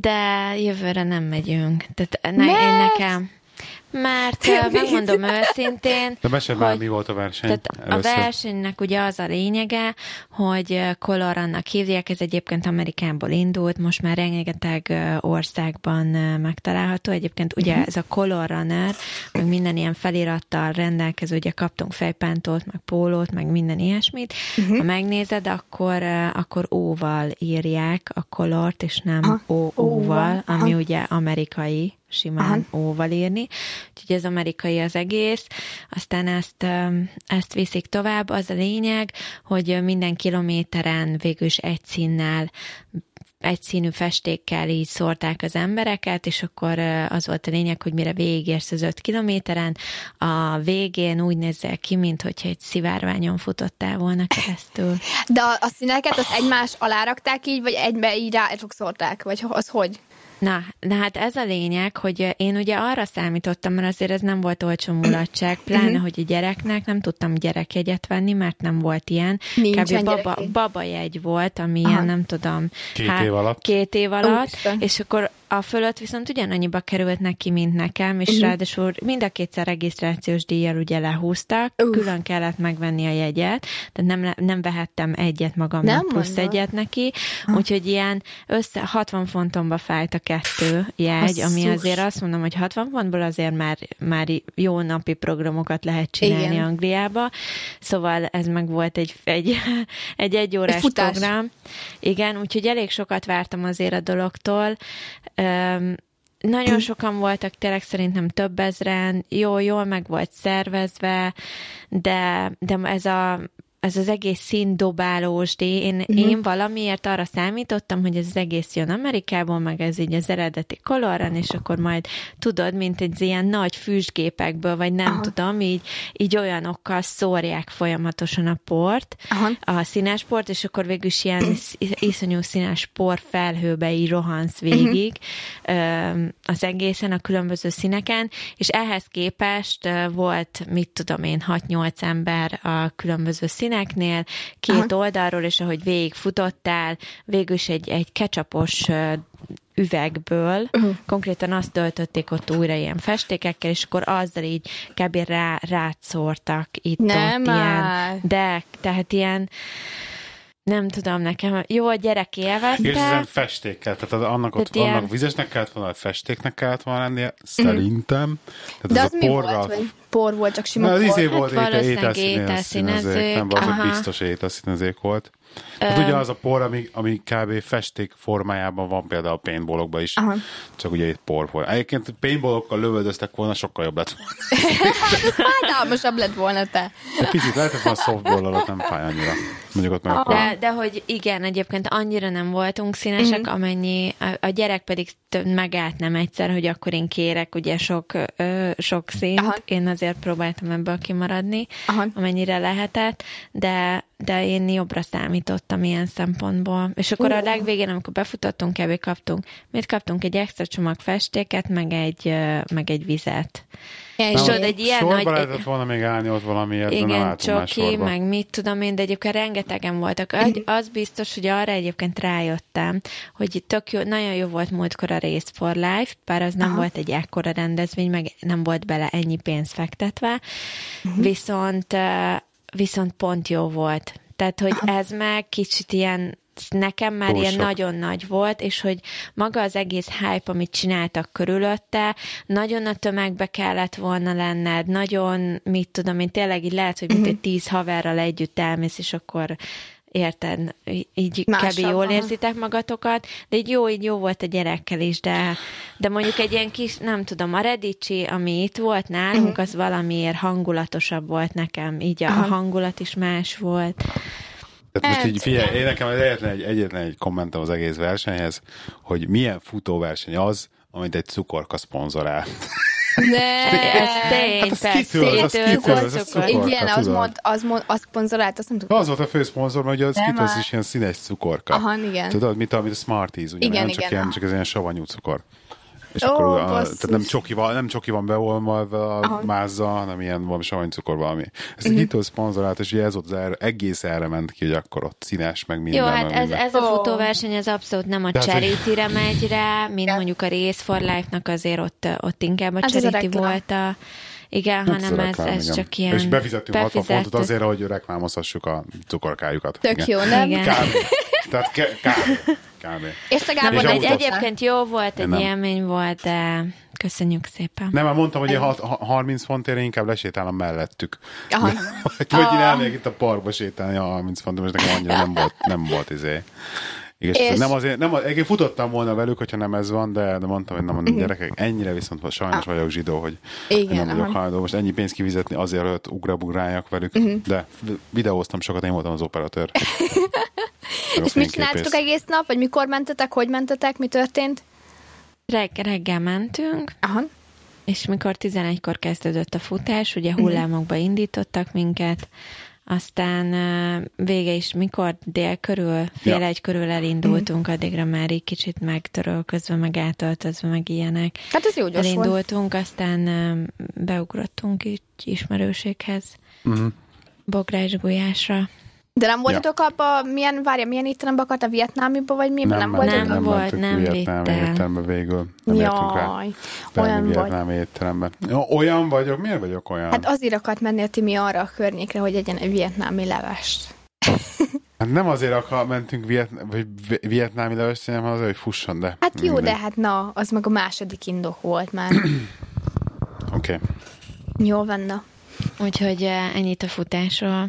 A: de jövőre nem megyünk. Tehát ne, én nekem... Mert uh, megmondom őszintén,
C: de mesélj már, mi volt a verseny?
A: Tehát a versenynek ugye az a lényege, hogy Colorunnak hívják, ez egyébként Amerikából indult, most már rengeteg országban megtalálható. Egyébként ugye uh-huh. ez a Color Runner, meg minden ilyen felirattal rendelkező, ugye kaptunk fejpántót, meg pólót, meg minden ilyesmit. Uh-huh. Ha megnézed, akkor, akkor óval írják a colort, és nem ó-óval, ami ugye amerikai, simán Aha. óval írni. Úgyhogy ez amerikai az egész. Aztán ezt, ezt viszik tovább. Az a lényeg, hogy minden kilométeren végül is egy színnel, egy színű festékkel így szórták az embereket, és akkor az volt a lényeg, hogy mire végigérsz az öt kilométeren, a végén úgy nézzel ki, mint hogyha egy szivárványon futottál volna keresztül.
B: De a, a színeket azt egymás alá rakták így, vagy egybe így rátok szórták? Vagy az hogy?
A: Na, de hát ez a lényeg, hogy én ugye arra számítottam, mert azért ez nem volt olcsó mulatság, pláne, hogy a gyereknek nem tudtam gyerekjegyet venni, mert nem volt ilyen. Kb. Baba, baba jegy volt, ami Aha. ilyen, nem tudom,
C: két hát, év alatt.
A: Két év alatt, Ó, és akkor a fölött viszont ugyanannyiba került neki, mint nekem, és uh-huh. ráadásul mind a kétszer regisztrációs díjjal ugye lehúztak, uh. külön kellett megvenni a jegyet, tehát nem, nem vehettem egyet magamnak, nem plusz mondod. Egyet neki, uh. úgyhogy ilyen össze hatvan fontomba fájt a kettő jegy, Asszus. Ami azért azt mondom, hogy hatvan fontból azért már, már jó napi programokat lehet csinálni Igen. Angliába, szóval ez meg volt egy egy, egy, egy órás egy program. Igen, úgyhogy elég sokat vártam azért a dologtól. Um, nagyon sokan voltak, tényleg szerintem több ezren, jó, jól meg volt szervezve, de, de ez a ez az egész színdobálós díj. Én, uh-huh. én valamiért arra számítottam, hogy ez az egész jön Amerikából, meg ez így az eredeti Color Run, és akkor majd tudod, mint egy ilyen nagy füstgépekből, vagy nem Aha. tudom, így, így olyanokkal szórják folyamatosan a port, Aha. a színes port, és akkor végül is ilyen iszonyú színes por felhőbe így rohansz végig uh-huh. az egészen a különböző színeken, és ehhez képest volt, mit tudom én, hat-nyolc ember a különböző színeken, színeknél, két Aha. oldalról, és ahogy végig futottál, végülis egy, egy ketchupos üvegből, uh-huh. konkrétan azt töltötték ott újra ilyen festékekkel, és akkor azzal így kb. Rá, rátszórtak itt
B: Nem
A: ott ilyen, de tehát ilyen nem tudom, nekem jó, a gyerek élvezte.
C: És ezen festékkel, tehát annak, ott, ilyen... annak vizesnek kellett volna, festéknek kellett volna lennie, szerintem. Tehát
B: de
C: az,
B: az mi porral... volt, vagy por volt, csak sima
C: Na,
B: por?
C: Az izé volt,
A: hát
C: ételszínezék, nem, azok biztos ételszínezék volt. Tehát ugye az a por, ami, ami kb. Festék formájában van például a paintballokban is, Aha. csak ugye egy por volt. Egyébként paintballokkal lövöldöztek volna, sokkal jobb lett volna.
B: Fájdalmasabb lett volna te.
C: De picit lehetett volna softball-al, ott nem fáj annyira. Mondjuk ott meg akkor...
A: De, de hogy igen, egyébként annyira nem voltunk színesek, mm-hmm. amennyi, a, a gyerek pedig megállt nem egyszer, hogy akkor én kérek ugye sok, ö, sok színt. Aha. Én azért próbáltam ebből kimaradni, Aha. amennyire lehetett, de de én jobbra számítottam ilyen szempontból. És akkor uh. a legvégén, amikor befutottunk, kb. kaptunk, mit kaptunk? Egy extra csomag festéket, meg egy, meg egy vizet.
B: Ja, és
A: tudod, egy ilyen
C: sorba
A: nagy...
C: lehetett egy... volna még állni ott valamiért,
A: igen,
C: de nem álltunk már
A: csoki, meg mit tudom én, de egyébként rengetegen voltak. Az biztos, hogy arra egyébként rájöttem, hogy tök jó, nagyon jó volt múltkor a Race for Life, bár az nem Aha. volt egy ekkora rendezvény, meg nem volt bele ennyi pénz fektetve, uh-huh. viszont viszont pont jó volt. Tehát, hogy ez meg kicsit ilyen, nekem már Túl ilyen sok. Nagyon nagy volt, és hogy maga az egész hype, amit csináltak körülötte, nagyon a tömegbe kellett volna lenned, nagyon, mit tudom én, tényleg így lehet, hogy mint uh-huh. egy tíz haverral együtt elmész, és akkor érted, így kb. Jól érzitek magatokat, de így jó, így jó volt a gyerekkel is, de, de mondjuk egy ilyen kis, nem tudom, a Redicsi, ami itt volt nálunk, uh-huh. az valamiért hangulatosabb volt nekem, így a, a hangulat is más volt.
C: Tehát most így figyelj, én nekem egyetlen egy, egyetlen egy kommentem az egész versenyhez, hogy milyen futóverseny az, amit egy cukorka szponzorál.
A: De ez tény,
C: hát az
A: persze.
C: kitől, az kitől, az a cukorka,
B: igen, az,
C: tudod?
B: mond, az, mond, az szponzorált, azt nem tudom.
C: Az volt a fő szponzor, mert ugye az
B: Nem
C: kitől
B: áll.
C: is ilyen színes cukorka.
B: Aha, igen.
C: Tudod, mint amit a Smarties, ugye?
B: Igen,
C: nem csak
B: igen,
C: ilyen,
B: aha.
C: csak ez ilyen savanyú cukor. És
B: Ó,
C: akkor a,
B: basszus.
C: tehát nem csoki van, nem csoki van beolmalva a mázza, hanem ilyen valami savanyú cukor valami. Ez egy kitől szponzorált, és ugye ez ott az erre, egész erre ment ki, hogy akkor ott színes, meg minden.
A: Jó, hát
C: meg
A: ez,
C: minden.
A: ez a futóverseny az abszolút nem a
C: De hát,
A: charity-re megy rá, mint mondjuk a Race for Life-nak azért ott, ott inkább a
B: Hát ez a
A: charity
B: reklám.
A: volt a... Igen,
C: Nem
A: hanem ez,
C: reklám,
A: ez
C: igen.
A: csak ilyen...
C: És befizettünk hatvan fontot
A: befizettük.
C: azért, hogy reklámozhassuk a cukorkájukat.
B: Tök
C: Igen.
B: jó, nem?
A: Igen.
C: Kb. Tehát ke- kb. Kb.
B: És te
A: Na,
B: Gábor
C: És
A: van,
C: amúgy
A: egy,
C: azt-
A: egyébként jó volt, egy
C: nem.
A: élmény volt, de köszönjük szépen.
C: Nem, már mondtam, hogy én hat- ha- harminc fontért inkább lesétálom mellettük.
B: Aha.
C: Vagy, vagy én elmegyek itt a parkba sétálni a harminc fontot, most nekem annyira nem volt, nem volt izé. Igaz,
B: És-
C: nem azért, nem, az- én futottam volna velük, hogyha nem ez van, de, de mondtam, hogy nem mondom, gyerekek, ennyire viszont sajnos vagyok zsidó, hogy
B: Igen,
C: nem vagyok
B: aha.
C: hajlandó most ennyi pénzt kifizetni azért, hogy ott ugrabugráljak velük, de videóztam sokat, én voltam az operatőr. Meg a
B: És mit
C: fényképész.
B: csináltatok egész nap? Vagy mikor mentetek? Hogy mentetek? Mi történt?
A: Reg, reggel mentünk,
B: Aha.
A: és mikor tizenegykor kezdődött a futás, ugye hullámokba indítottak minket, aztán uh, vége is, mikor dél körül, fél
C: Ja.
A: egy körül elindultunk, addigra már így kicsit megtörölközve, meg átöltözve, meg ilyenek.
B: Hát ez jó gyors volt.
A: Elindultunk, aztán uh, beugrottunk így ismerőséghez,
C: Mhm.
A: Bográs Gulyásra.
B: De nem voltatok abba, milyen, várja, milyen étterembe akart, a vietnámiba, vagy mi?
C: Nem,
B: nem
C: nem,
B: voltatok?
A: Nem
C: nem
A: volt,
C: mentünk
A: nem
C: vietnámi
A: vitt el.
C: étterembe végül. Nem értünk rá.
B: Jaj,
C: Benni
B: olyan vagy.
C: vietnámi étterembe. Olyan vagyok? Miért vagyok olyan?
B: Hát azért akart menni a Timi arra a környékre, hogy egyen egy vietnámi levest.
C: Hát nem azért akar, mentünk vietn- vagy vi- vietnámi levest, hanem azért, hogy fusson, de...
B: Hát jó,
C: mindegy.
B: de hát na, az meg a második indok volt már.
C: Oké. Okay.
B: Jó van, na.
A: Úgyhogy uh, ennyit a futásról.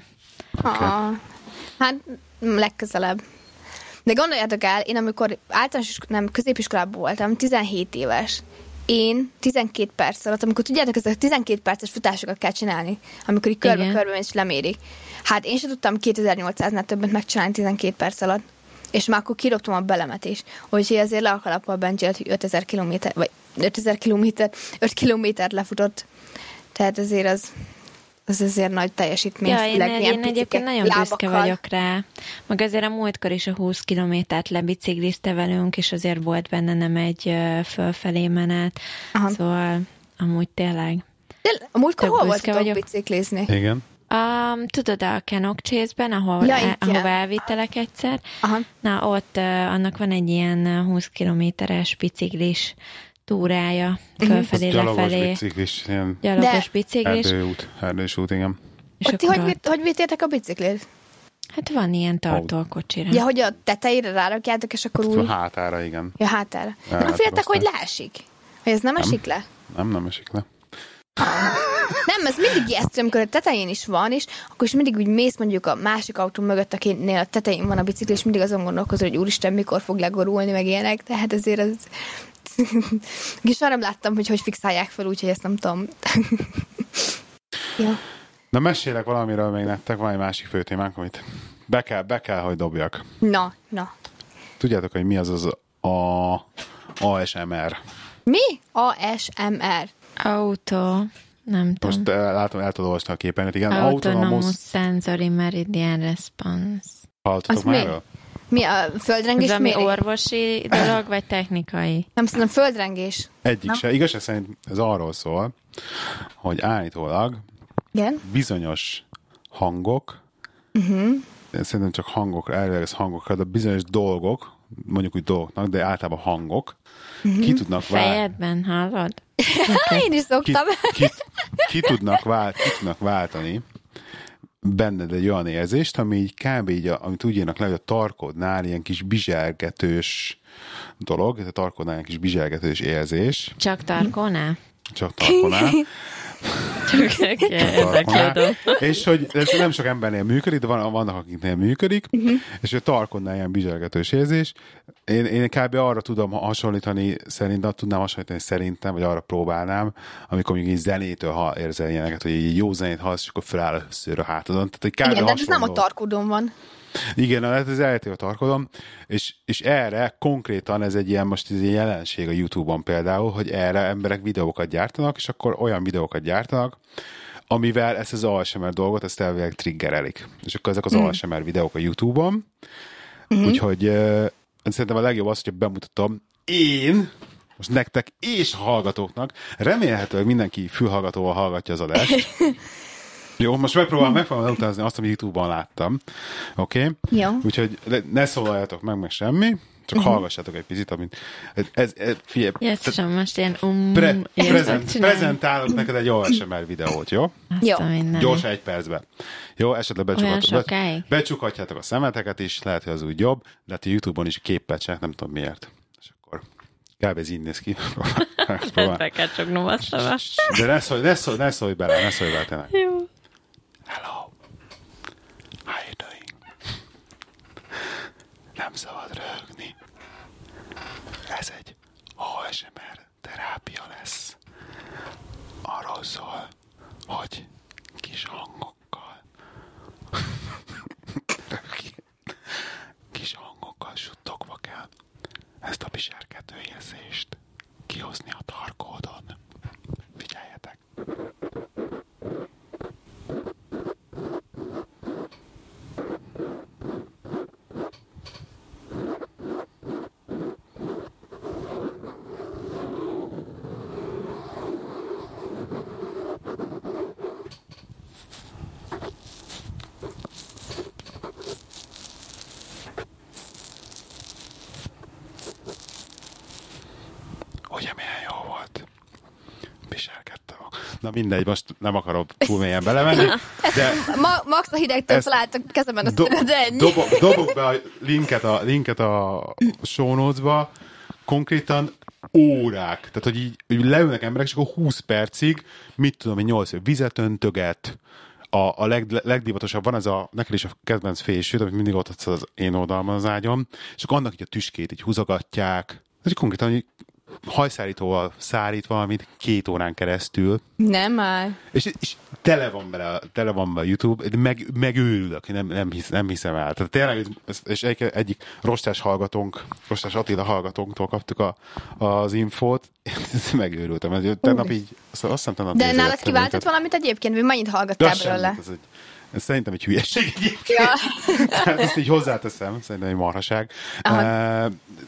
B: Ah, hát mm, legközelebb. De gondoljátok el, én amikor általános isk- nem, középiskolában voltam, tizenhét éves, én tizenkét perc alatt, amikor tudjátok, ezek tizenkét perces futásokat kell csinálni, amikor így
A: Igen.
B: körbe-körbe és lemérik. Hát én sem tudtam kétezer-nyolcszáznál többet megcsinálni tizenkét perc alatt. És már akkor kirobtam a belemet is. Úgyhogy azért le a kalappal Bencsért, hogy ötezer kilométer, vagy ötezer kilométer, öt kilométert lefutott. Tehát azért az, az azért nagy teljesítmény.
A: Ja, én,
B: főleg
A: én,
B: ilyen
A: én egyébként
B: picike
A: nagyon büszke
B: lábakkal.
A: vagyok rá. Meg azért a múltkor is a húsz kilométert lebiciklizte velünk, és azért volt benne nem egy uh, fölfelé menet.
B: Aha.
A: Szóval amúgy tényleg.
B: De a múltkor
A: Tök
B: hol
A: büszke
B: voltatok
A: vagyok.
B: biciklizni?
C: Igen.
A: Um, tudod, a Cannock Chase-ben, ahol,
B: Ja,
A: el,
B: igen.
A: ahova elvittelek egyszer,
B: Aha.
A: na ott uh, annak van egy ilyen uh, húsz kilométeres biciklis túrája, fölfelé,
C: Az gyalogos
A: lefelé.
C: biciklis, ilyen
A: Gyalogos
B: De-
A: biciklis.
C: erdőút, erdős út, igen.
A: És
B: Ott ti
A: akkor
B: hogy,
A: ott,
B: vitt- hogy vittétek a biciklit?
A: hát van ilyen tartókocsira.
B: Ja, hogy a tetejére rárakjátok, és akkor
C: A
B: úgy...
C: hátára, igen.
B: Ja, hátára. Nem
C: Hátra
B: féltek, hogy
C: aztán.
B: leesik? Hogy ez nem esik le?
C: Nem, nem esik le.
B: Nem, ez mindig ijesztő, amikor a tetején is van, és akkor is mindig úgy mész mondjuk a másik autó mögött, akinél a tetején van a bicikli, és mindig azon gondolkozol, hogy úristen, mikor fog legorulni, meg ilyenek, tehát ezért az... És arra nem láttam, hogy hogy fixálják fel, úgyhogy ezt nem tudom. Ja.
C: Na, mesélek valamiről még nektek, van egy másik fő témánk, amit be kell, be kell, hogy dobjak.
B: Na, na.
C: Tudjátok, hogy mi az az a á es em er?
B: Mi? á es em er.
A: Autó, nem tudom.
C: Most eh, látom, el tudod olvasni a képernyőt. Igen,
A: Autonomous
C: Autonomous.
A: Sensory Meridian Response.
C: Hallottatok
B: Az
C: már
B: mi?
C: erről?
B: Mi a
A: Ez
B: földrengés
A: ami
B: méri?
A: orvosi dolog, vagy technikai?
B: Nem, szerintem földrengés.
C: Egyik
B: Nem?
C: se. Igazság szerint ez arról szól, hogy állítólag
B: Igen?
C: bizonyos hangok,
B: Mhm.
C: uh-huh. szerintem csak hangokra, elvileg ez hangokra, de bizonyos dolgok, mondjuk úgy dolgoknak, de általában hangok, uh-huh. ki tudnak válni.
A: Fejedben, hallod?
B: Én is
C: Ki,
B: szoktam.
C: ki, ki, tudnak vált, ki tudnak váltani benned egy olyan érzést, ami így kb. Így, a, amit úgy írnak le, hogy a tarkodnál ilyen kis bizselgetős dolog, ez a tarkodnál ilyen kis bizselgetős érzés,
A: Csak tarkónál?
C: csak tarkonál. Tarkonnál. És hogy ez nem sok embernél működik, de van, vannak, akiknél működik, uh-huh. és hogy Tarkonnál ilyen bizsergetős érzés. Én, én kb. Arra tudom hasonlítani, szerintem tudnám hasonlítani szerintem, vagy arra próbálnám, amikor mondjuk így zenétől ha érzel ilyeneket, hogy egy jó zenét hallasz, és akkor feláll először a hátadon. Tehát, hogy
B: igen,
C: de
B: ez nem a tarkodon van.
C: Igen, ez eltér a tarkodom, és, és erre konkrétan ez egy ilyen, most ez egy jelenség a YouTube-on például, hogy erre emberek videókat gyártanak, és akkor olyan videókat gyártanak, amivel ezt az á es em er dolgot, ezt elvileg triggerelik. És akkor ezek az mm. á es em er videók a YouTube-on, mm-hmm. úgyhogy uh, szerintem a legjobb az, hogy bemutatom én, most nektek és a hallgatóknak, remélhetőleg mindenki fülhallgatóval hallgatja az adást. Jó, most megpróbálom, megpróbálom utazni azt, amit YouTube-ban láttam. Oké? Okay?
B: Jó.
C: Úgyhogy ne szólaljatok meg, meg semmi, csak uh-huh. hallgassátok egy picit, amint... Ez, ez, figyelj,
A: Jösszöm, most ilyen um...
C: Pre, prezent, prezentálok neked egy á es em er videót, jó?
B: Jó.
C: Gyorsan egy percben. Jó, esetleg becsukhatjátok, be, becsukhatjátok a szemeteket is, lehet, hogy az úgy jobb, de hát a YouTube-on is képet sem, nem tudom miért. És akkor kb. Ez így néz ki.
A: Be kell csuknom a szemet.
C: De ne szólj, ne szólj, ne szólj bele, ne szólj bele tényleg.
A: Jó.
C: Hello. How you doing? Nem szabad röhögni. Ez egy á es em er terápia lesz. Arról szól, hogy kis hangokkal kis hangokkal suttogva kell ezt a viselkedő érzést kihozni a tarkódon. Figyeljetek! Ugye milyen jó volt? Viselkedtem. Na mindegy, most nem akarom túl mélyen belemenni, de...
B: Ma, max a hidegtől felálltak kezemben a
C: do,
B: szünet, de ennyi.
C: Dobok, dobok be a linket a, linket a show notes-ba, konkrétan órák. Tehát, hogy így, így leülnek emberek, és akkor húsz percig, mit tudom, hogy nyolc vizet öntöget, a, a leg, legdivatosabb van ez a, neked is a kedvenc fésűt, amit mindig ott adsz az én oldalban az ágyam, és akkor annak így a tüskét így húzogatják. Tehát konkrétan, hogy hajszárítóval szárít valamit két órán keresztül.
B: Nem már.
C: És, és tele van bele, tele van bele a YouTube, de meg, megőrülök, nem, nem, hisz, nem hiszem el. Tehát tényleg, és egy, egyik Rostás hallgatónk, Rostás Attila hallgatónktól kaptuk a, az infót, megőrültem. Ez tegnap így, azt hiszem tegnap...
B: De nálad kiváltott valamit egyébként, vagy mennyit hallgattál belőle?
C: Ez, egy, ez szerintem egy hülyeség egyébként. Ja. Tehát ezt így hozzáteszem, szerintem egy marhaság. Uh,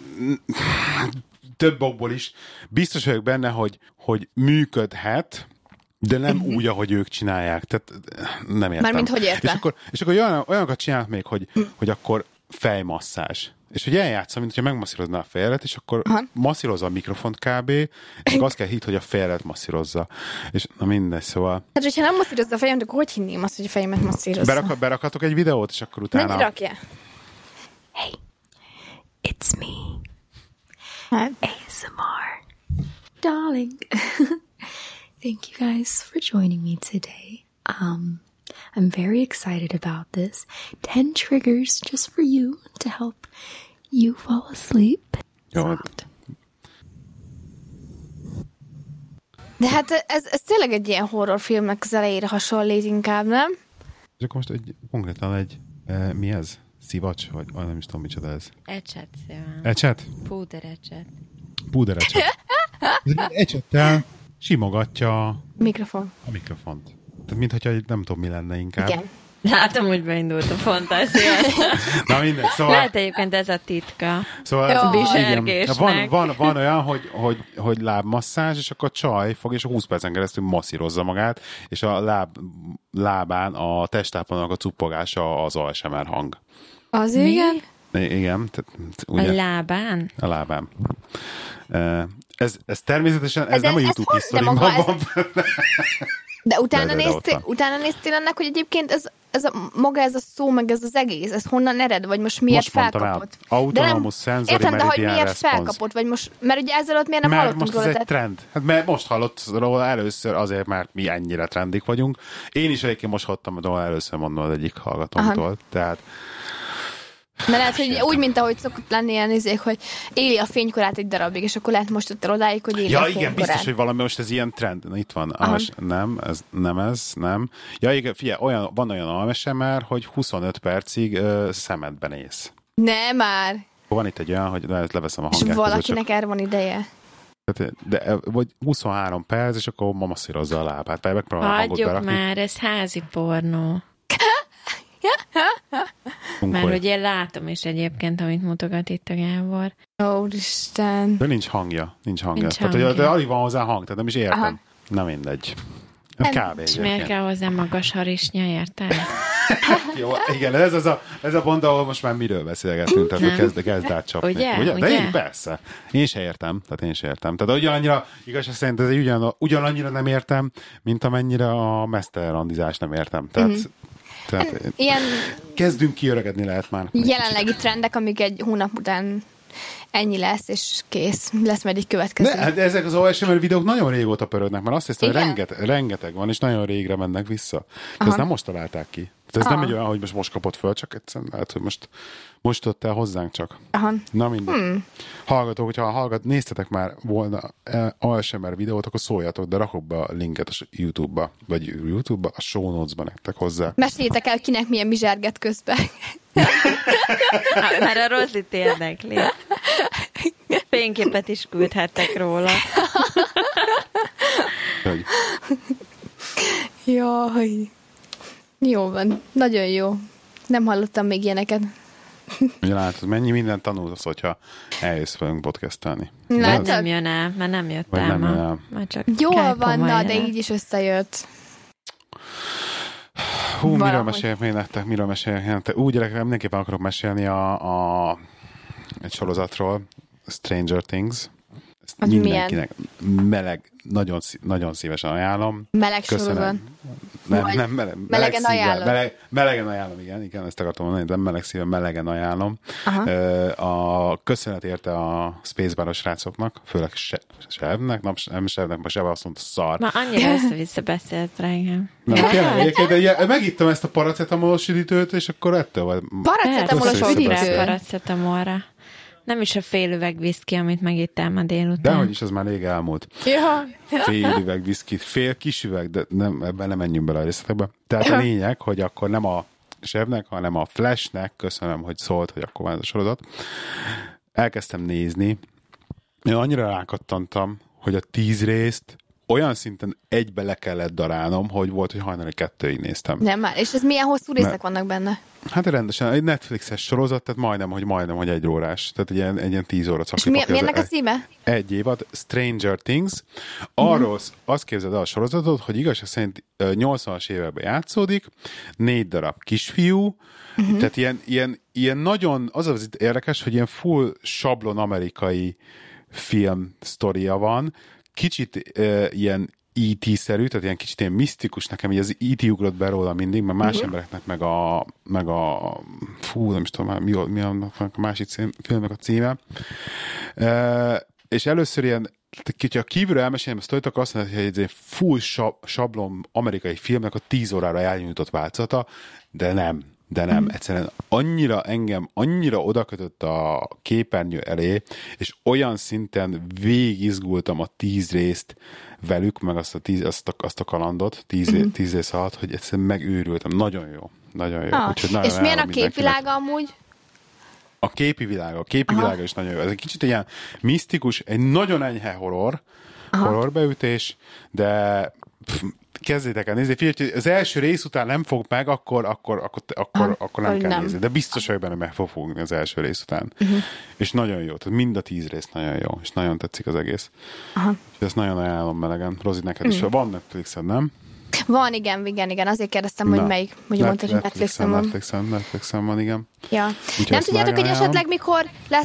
C: több okból is. Biztos vagyok benne, hogy, hogy működhet, de nem uh-huh. úgy, ahogy ők csinálják. Tehát nem értem.
B: Mármint hogy érte?
C: És akkor, és akkor olyan, olyanokat csinálnak még, hogy, uh. hogy akkor fejmasszázs. És hogy eljátszom, mint hogyha megmasszírozná a fejelet, és akkor uh-huh. masszírozza a mikrofont kb. És azt kell hitt, hogy a fejelet masszírozza. És na mindegy, szóval...
B: Hát, hogyha nem masszírozza a fejemet, akkor hogy hinném azt, hogy a fejemet masszírozza?
C: Berak, berakatok egy videót, és akkor utána...
B: Mennyi rakja?
D: Hey, it's me. A S M R. Darling. Thank you guys for joining me today. Um, I'm very excited about this. ten triggers just for you to help you fall asleep.
C: Jó.
B: De hát ez, ez tényleg egy ilyen horrorfilmnek az elejére hasonlít inkább, nem?
C: És akkor most egy, konkrétan egy, e, mi ez? Szivacs? Vagy ah, nem is tudom, micsoda ez.
A: Ecset szívem.
C: Ecset?
A: Púderecset.
C: Púderecset. Ecsettel simogatja
B: Mikrofon.
C: a mikrofont. Tehát mintha nem tudom, mi lenne inkább.
B: Igen.
A: Látom, hogy beindult a fantázia.
C: Na mindegy, szóval...
A: Lehet egyébként ez a titka.
C: Szóval
A: ez
C: a
A: bizsergésnek.
C: Van, van, van olyan, hogy, hogy, hogy lábmasszázs, és akkor a csaj fog, és húsz percen keresztül masszírozza magát, és a láb, lábán a testáponak a cuppogása az á es em er hang.
B: Az igen?
C: Igen. Tehát,
A: ugye, a lábán?
C: A lábán. Ez, ez természetesen, ez de nem a YouTube hisztoriumban van.
B: De utána, de, de, néztél, utána néztél ennek, hogy egyébként ez ez a, maga ez a szó, meg ez az egész, ez honnan ered, vagy most miért
C: most
B: felkapott?
C: Autonomous sensory
B: értem, de hogy
C: meridian
B: miért
C: response.
B: felkapott, vagy most, mert ugye ezzel ott miért nem
C: mert
B: hallottunk
C: most
B: róla?
C: ez egy
B: Tehát...
C: trend. Hát mert most hallott róla először azért, mert mi ennyire trendik vagyunk. Én is egyébként most hallottam róla először mondom az egyik hallgatómtól.
B: Aha.
C: Tehát
B: Mert lehet, hogy úgy, mint ahogy szokott lenni ilyen izék, hogy éli a fénykorát egy darabig, és akkor lehet most ott odáig, hogy éli
C: ja,
B: a
C: igen,
B: fénykorát.
C: biztos, hogy valami most ez ilyen trend. Na, itt van. Almes, nem, ez nem ez, nem. Ja, igen, figyelj, olyan, van olyan almesemer, hogy huszonöt percig ö, szemedben néz.
B: Nem már.
C: Van itt egy olyan, hogy leveszem a
B: És
C: hangját.
B: valakinek erre van ideje.
C: De, vagy huszonhárom perc, és akkor masszírozza a lábát. Tehát megpróbálom a hangot
A: Hagyjuk
C: berakni.
A: már, ez házi pornó. Mert hogy én látom is egyébként, amit mutogat itt a Gábor.
B: Ó, Isten.
C: De nincs hangja. Nincs hangja.
A: Nincs
C: tehát,
A: hangja.
C: hogy, de alig van hozzá hang, tehát nem is értem.
B: Aha.
C: Na mindegy. Ez kb.
A: És miért kell hozzá magas harisnya, érted?
C: Jó, igen, ez az a, ez a pont, ahol most már miről beszélgetünk, tehát hogy kezd, kezd át csapni.
A: Ugye?
C: Ugye? De
A: Ugye?
C: én persze. Én se értem, tehát én se értem. Tehát ugyanannyira, igazság szerint ez ugyan, ugyanannyira nem értem, mint amennyire a mesztelenrandizást nem értem. Tehát, mm-hmm. tehát
B: Ilyen
C: kezdünk kiöregedni lehet már.
B: jelenlegi trendek, amik egy hónap után ennyi lesz, és kész. Lesz majd egy következő.
C: Ne, hát ezek az o es em er videók nagyon régóta pörödnek, mert azt hiszem, hogy
B: Igen?
C: rengeteg, rengeteg van, és nagyon régre mennek vissza. De ezt nem most találták ki. Tehát ez
B: Aha.
C: nem egy olyan, hogy most most kapott föl, csak egyszerűen lehet, hogy most, most tudott el hozzánk csak.
B: Aha.
C: Na mindegy. Hmm. Hallgatók, hogyha hallgat, néztetek már volna o es em er videót, akkor szóljatok, de rakok be a linket a YouTube-ba, vagy YouTube-ba, a show notes-ba nektek hozzá.
B: Meséljétek el, kinek milyen mizserget közben.
A: Mert a Rozit érdekli. Fényképet is küldhettek róla.
C: Hogy
B: Jaj. Jó van. Nagyon jó. Nem hallottam még ilyeneket.
C: ugye látod, mennyi mindent tanulsz, hogyha eljössz velünk podcastelni.
B: Látod?
A: Vagy nem jön el, mert nem jött
C: Vagy
A: el
C: nem
A: ma.
C: jön el.
A: Már csak
B: Jól
A: Skype-on
B: van, na,
A: jön
B: de
A: el.
B: így is összejött.
C: Hú, miről
B: Valahogy.
C: meséljek még nektek, miről meséljek nektek? Úgy gyerekek, mindenképpen akarok mesélni a, a, egy sorozatról, Stranger Things. Ezt
B: Az
C: mindenkinek meleg, nagyon, szí- nagyon szívesen ajánlom.
B: Meleg
C: Köszönöm.
B: sorozat.
C: Nem,
B: Vagy
C: nem, meleg, meleg
B: melegen
C: szívvel.
B: ajánlod?
C: Meleg, melegen ajánlom, igen, igen, ezt akartam mondani, de meleg szívvel, melegen ajánlom.
B: Aha.
C: Ö, A köszönet érte a Spacebar-os srácoknak, főleg Sevnek, nem, nem Sevnek, most Seve azt mondta, szar.
A: Ma annyira össze-vissza beszélt, drágám.
C: Nem, tényleg, egyébként, de ilyen- megittem ezt a paracetamolos üdítőt, és akkor ettől vagy.
B: Paracetamolos
C: Össze-vissza
A: üdítő.
C: beszél.
A: Paracetamolra. Nem is a fél üveg viszki, amit megittál ma délután.
C: Dehogy is, az már rég elmúlt.
B: Ja.
C: Fél üveg viszkit, fél kis üveg, de nem, ebben nem menjünk bele a részletekbe. Tehát a lényeg, hogy akkor nem a Sevnek, hanem a Flashnek, köszönöm, hogy szólt, hogy akkor van ez a sorozat. Elkezdtem nézni. Én annyira rákattantam, hogy a tíz részt olyan szinten egybe le kellett darálnom, hogy volt, hogy hajnali kettőig néztem.
B: Nem már. És ez milyen hosszú részek
C: Mert-
B: vannak benne?
C: Hát rendesen, egy Netflixes sorozat, tehát majdnem, hogy majdnem, hogy egy órás. Tehát egy ilyen, egy ilyen tíz óra
B: És
C: cakli.
B: mi, mi ennek a címe?
C: Egy évad, Stranger Things. Arról mm. azt képzeld el a sorozatot, hogy igazság szerint ö, nyolcvanas években játszódik, négy darab kisfiú, mm-hmm. tehát ilyen, ilyen, ilyen nagyon, az az itt érdekes, hogy ilyen full sablon amerikai film sztoria van, kicsit ö, ilyen í té-szerű, tehát ilyen kicsit ilyen misztikus, nekem így az í té ugrott be róla mindig, mert más uh-huh. embereknek meg a, meg a fú, nem is tudom már, mi, mi annak a másik cím, filmnek a címe. E, és először ilyen, hogyha kívülről elmesélem a sztorit, akkor azt mondja, hogy egy full sab, sablon amerikai filmnek a tíz órára elnyújtott változata, de nem. De nem, egyszerűen annyira engem, annyira odakötött a képernyő elé, és olyan szinten végigizgultam a tíz részt velük, meg azt a, tíz, azt a, azt a kalandot, tíz, mm-hmm. tíz rész alatt, hogy egyszerűen megőrültem. Nagyon jó. Nagyon jó.
B: Ah,
C: Úgyhogy nagyon
B: és milyen a
C: ajánlom mindenkinek.
B: képvilága amúgy?
C: A képi világa, a képi
B: Aha.
C: világa is nagyon jó. Ez egy kicsit ilyen misztikus, egy nagyon enyhe horror, Aha. horrorbeütés, de pff, kezdjétek el nézni. Figyelj, az első rész után nem fog meg, akkor, akkor, akkor, akkor,
B: Ha,
C: akkor nem
B: hogy
C: kell
B: nem.
C: nézni. De biztos, hogy benne meg fog fogni az első rész után. Uh-huh. És nagyon jó. Tehát mind a tíz rész nagyon jó. És nagyon tetszik az egész.
B: Aha.
C: És ezt nagyon ajánlom melegen. Rozi, neked is. Van Netflixed, nem?
B: Van, igen, igen, igen. Azért kérdeztem, hogy
C: Na.
B: melyik. Hogy mondtad, hogy Netflixen van.
C: Netflixen, Netflixen van, igen.
B: Ja.
C: Úgyhogy
B: Nem
C: ezt
B: tudjátok, hogy
C: megajánlom.
B: esetleg mikor lesz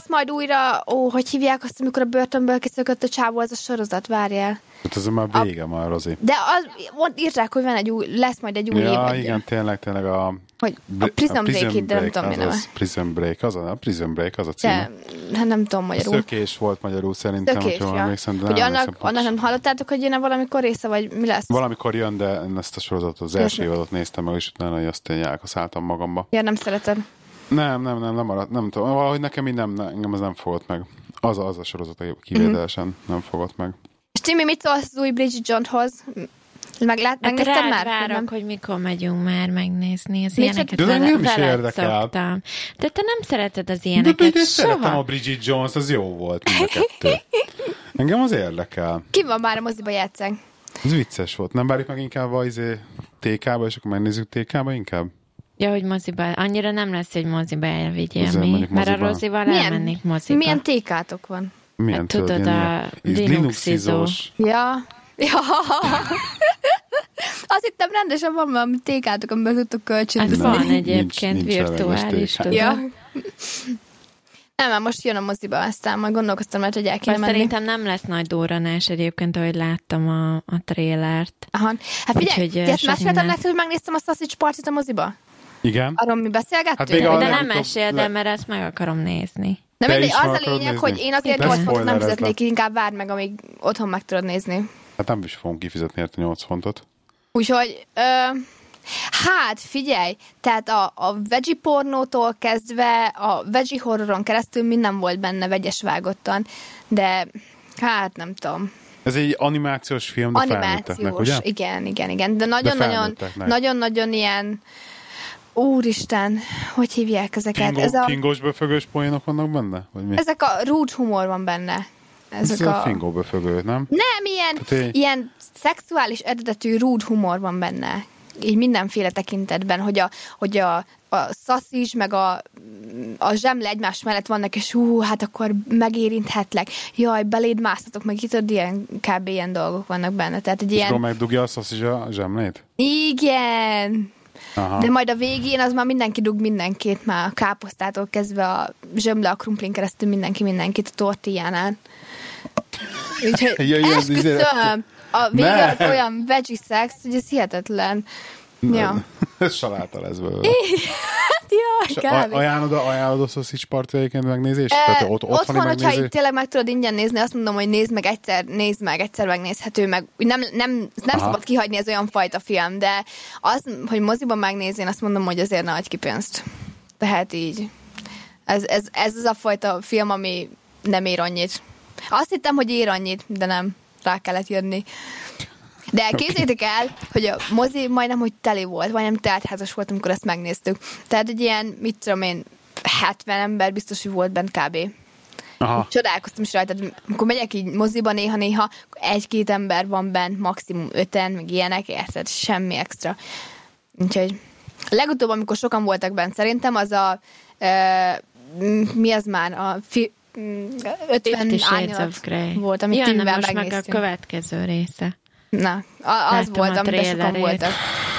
B: majd újra, ó, hogy hívják azt, amikor a börtönből kiszökött a csávó, az a sorozat, várjál.
C: Hát ez már vége a... már, Rozi.
B: De az, ott írták, hogy van egy új, lesz majd egy új
C: ja,
B: év.
C: Ja, igen, tényleg, tényleg a...
B: Hogy a Prison Break itt, de nem tudom, mi neve.
C: Prison Break, az a, a Prison Break, az a címe.
B: De, hát nem tudom magyarul.
C: Szökés volt magyarul szerintem,
B: Szökés,
C: hogyha
B: ja.
C: emlékszem, de
B: hogy
C: nem
B: annak, annak nem hallottátok, hogy jönne valamikor része, vagy mi lesz?
C: Valamikor jön, de ezt a sorozatot, az első évadot néztem meg, és utána, hogy azt én elkaszáltam magamba.
B: Ja, nem szereted.
C: Nem, nem, nem, nem maradt, nem tudom. Valahogy nekem így nem, engem ez nem fogott meg. Az a, az a sorozat kivételesen mm-hmm. nem fogott meg.
B: És Timi, mit szólsz az új Bridget Joneshoz? Meglát, hát megnézted már?
A: Várok, nem? Hogy mikor megyünk már megnézni. Az
B: Mit
A: ilyeneket
C: de
A: vele,
C: nem is
A: veled
C: érdekel.
A: Szoktam. De te nem szereted az
C: De
A: ilyeneket
C: én
A: soha.
C: szeretem a Bridget Jones, az jó volt mind a kettő. Engem az érdekel.
B: Ki van már a moziba játszánk?
C: Ez vicces volt. Nem várjuk meg inkább a izé, té ká-ba, és akkor megnézzük té ká-ba inkább?
A: Ja, hogy moziba. Annyira nem lesz, hogy moziba elvigyél
C: Ezzel
A: mi.
C: mondjuk
A: Mert a
C: moziba.
A: Rozival
B: Milyen-
A: elmennék moziba.
B: Milyen tékátok van?
C: Milyen
A: Hát tudod,
C: ilyen-
A: a
C: ilyen-
A: Linuxizó.
C: Linuxizós.
B: Ja. Ja. Azt hittem rendesen van valami tékátok, amiben tudtok
A: Hát
B: kölcsönözni.
A: van
C: nincs-
A: egyébként
C: nincs
A: virtuális,
C: elég
A: tudod.
B: Ja. Nem, már most jön a moziba, aztán majd gondolkoztam, mert hogy el kéne
A: Bár
B: menni.
A: szerintem nem lesz nagy durranás egyébként, ahogy láttam a, a trélert.
B: Aha. Hát figyelj,
A: Úgyhogy,
B: ezt
A: sok
B: meséltem
A: minden.
B: nektek, hogy megnéztem a Sausage Party-t a moziba?
C: Igen?
B: Arról mi beszélgettünk?
C: Hát még
A: De,
C: a
A: de nem
C: legutóbb-
A: mesél,
C: le-
A: de mert ezt meg akarom nézni.
B: De
C: Te
B: mindegy,
C: is
B: az
C: meg
B: a
C: akarod
B: lényeg,
C: nézni?
B: hogy én azért
C: Ne
B: nyolc fontot nem
C: spoilerezd
B: fizetnék,
C: le.
B: inkább várd meg, amíg otthon meg tudod nézni.
C: Hát nem is fogunk kifizetni érte nyolc fontot.
B: Úgyhogy, ö, hát figyelj, tehát a, a veggie pornótól kezdve a veggie horroron keresztül minden volt benne vegyes vágottan, de hát nem tudom.
C: Ez egy animációs film, de felnőtteknek,
B: Animációs,
C: ugye?
B: igen, igen, igen, de nagyon-nagyon
C: felnőtteknek.
B: nagyon-nagyon ilyen, úristen, hogy hívják ezeket?
C: Kingó,
B: Ez a,
C: Kingós befögős poénok vannak benne? Vagy mi?
B: ezek a rude humor van benne.
C: Ez
B: Ezek
C: a Fingó befögő, nem?
B: Nem, ilyen,
C: Tehát így-
B: ilyen szexuális eredetű rude humor van benne. Így mindenféle tekintetben, hogy a, hogy a, a szaszis, meg a, a zsemle egymás mellett vannak, és hú, hát akkor megérinthetlek. Jaj, beléd mászhatok, meg itt ott ilyen, kb. Ilyen dolgok vannak benne. Tehát egy
C: És akkor
B: ilyen...
C: megdugja a szoszis a zsemlét?
B: Igen!
C: Aha.
B: De majd a végén az már mindenki dug mindenkit, már a káposztától kezdve a zsömle, a krumplin keresztül mindenki mindenkit a tortillánál. Úgyhogy
C: Ja, ilyen-
B: esküszöm! A vége
C: Ne!
B: az olyan veggie szex, hogy ez hihetetlen. Ja.
C: Ez saláta lesz belőle.
B: Hát
C: És
B: jaj,
C: a-
B: kb.
C: ajánlod a, ajánlod a szoszis parti egyébként megnézést?
B: Eh,
C: Tehát ott, otthoni
B: Otthon, hogyha
C: megnézés?
B: itt tényleg meg tudod ingyen nézni, azt mondom, hogy nézd meg egyszer, nézd meg, egyszer megnézhető, meg úgy nem, nem, nem
C: Aha.
B: szabad kihagyni, ez olyan fajta film, de az, hogy moziban megnézni, én azt mondom, hogy azért ne adj ki pénzt. Tehát így. Ez, ez, ez az a fajta film, ami nem ér annyit. Azt hittem, hogy ér annyit, de nem. Rá kellett jönni. De képzeljétek el, hogy a mozi majdnem, hogy teli volt, majdnem teltházas volt, amikor ezt megnéztük. Tehát egy ilyen, mit tudom én, hetven ember biztos, hogy volt bent kb.
C: Aha.
B: Csodálkoztam is rajta, amikor megyek így moziba néha-néha, egy-két ember van bent, maximum öten, meg ilyenek, érted? Semmi extra. Úgyhogy legutóbb, amikor sokan voltak bent, szerintem az a e, mi az már? A fi, ötven
A: Fifty Shades
B: árnyalat
A: of Grey.
B: volt, amit
A: Jönne
B: Timvel
A: most meg a
B: megnéztünk.
A: következő része.
B: Na, a, az
A: Láttam
B: volt,
A: a
B: amiben sokan
A: trailerét.
B: voltak.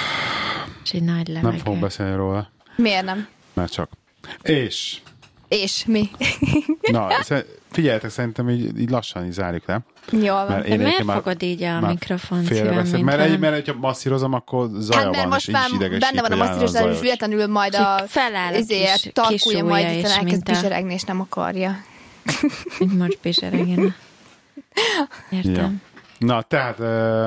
A: És egy nagy levegő.
C: Nem fogok beszélni róla,
B: Miért nem?
C: mert csak. És,
B: És mi?
C: na, sze- figyeljetek, szerintem így, így lassan így zárjuk le.
B: Jól van.
C: Mert
A: De miért
C: egyébként már-
A: fogod így a
C: már
A: mikrofont
C: félreveszed,
A: szívem,
C: mert,
A: mint
C: egy, mert hogyha masszírozom, akkor zaja
B: Hát mert
C: van,
B: most
C: és
B: már
C: így is idegesít,
B: benne van a
C: hogy állandóan
B: masszírozás, és
C: zajos.
B: véletlenül majd a
A: Csak feláll a
B: izé,
A: kis- kis
B: tarkulja, majd
A: ujja
B: itt
A: is,
B: elkezd
A: mint a-
B: bizseregni, és nem akarja.
A: mint most bizseregen. Értem.
C: Ja. Na, tehát ö,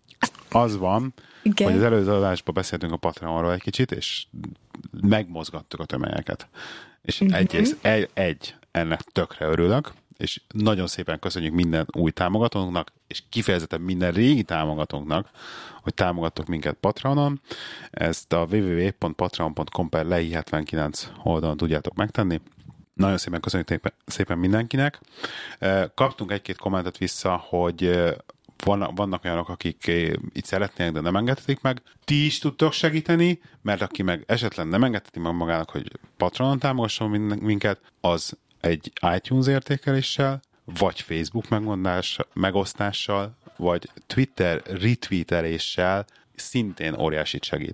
C: az van,
B: Igen.
C: hogy az előző adásban beszéltünk a Patreonról egy kicsit, és megmozgattuk a tömegeket. És
B: Mhm.
C: egyrészt egy, egy, ennek tökre örülök, és nagyon szépen köszönjük minden új támogatónknak, és kifejezetten minden régi támogatónknak, hogy támogattok minket Patreonon. Ezt a double-u double-u double-u pont patreon pont com per lei hetvenkilenc oldalon tudjátok megtenni. Nagyon szépen köszönjük szépen mindenkinek. Kaptunk egy-két kommentet vissza, hogy vannak olyanok, akik itt szeretnének, de nem engedhetik meg. Ti is tudtok segíteni, mert aki meg esetleg nem engedheti meg magának, hogy Patronon támogasson minket, az egy iTunes értékeléssel, vagy Facebook megmondás, megosztással, vagy Twitter retweeteléssel szintén óriásit segít.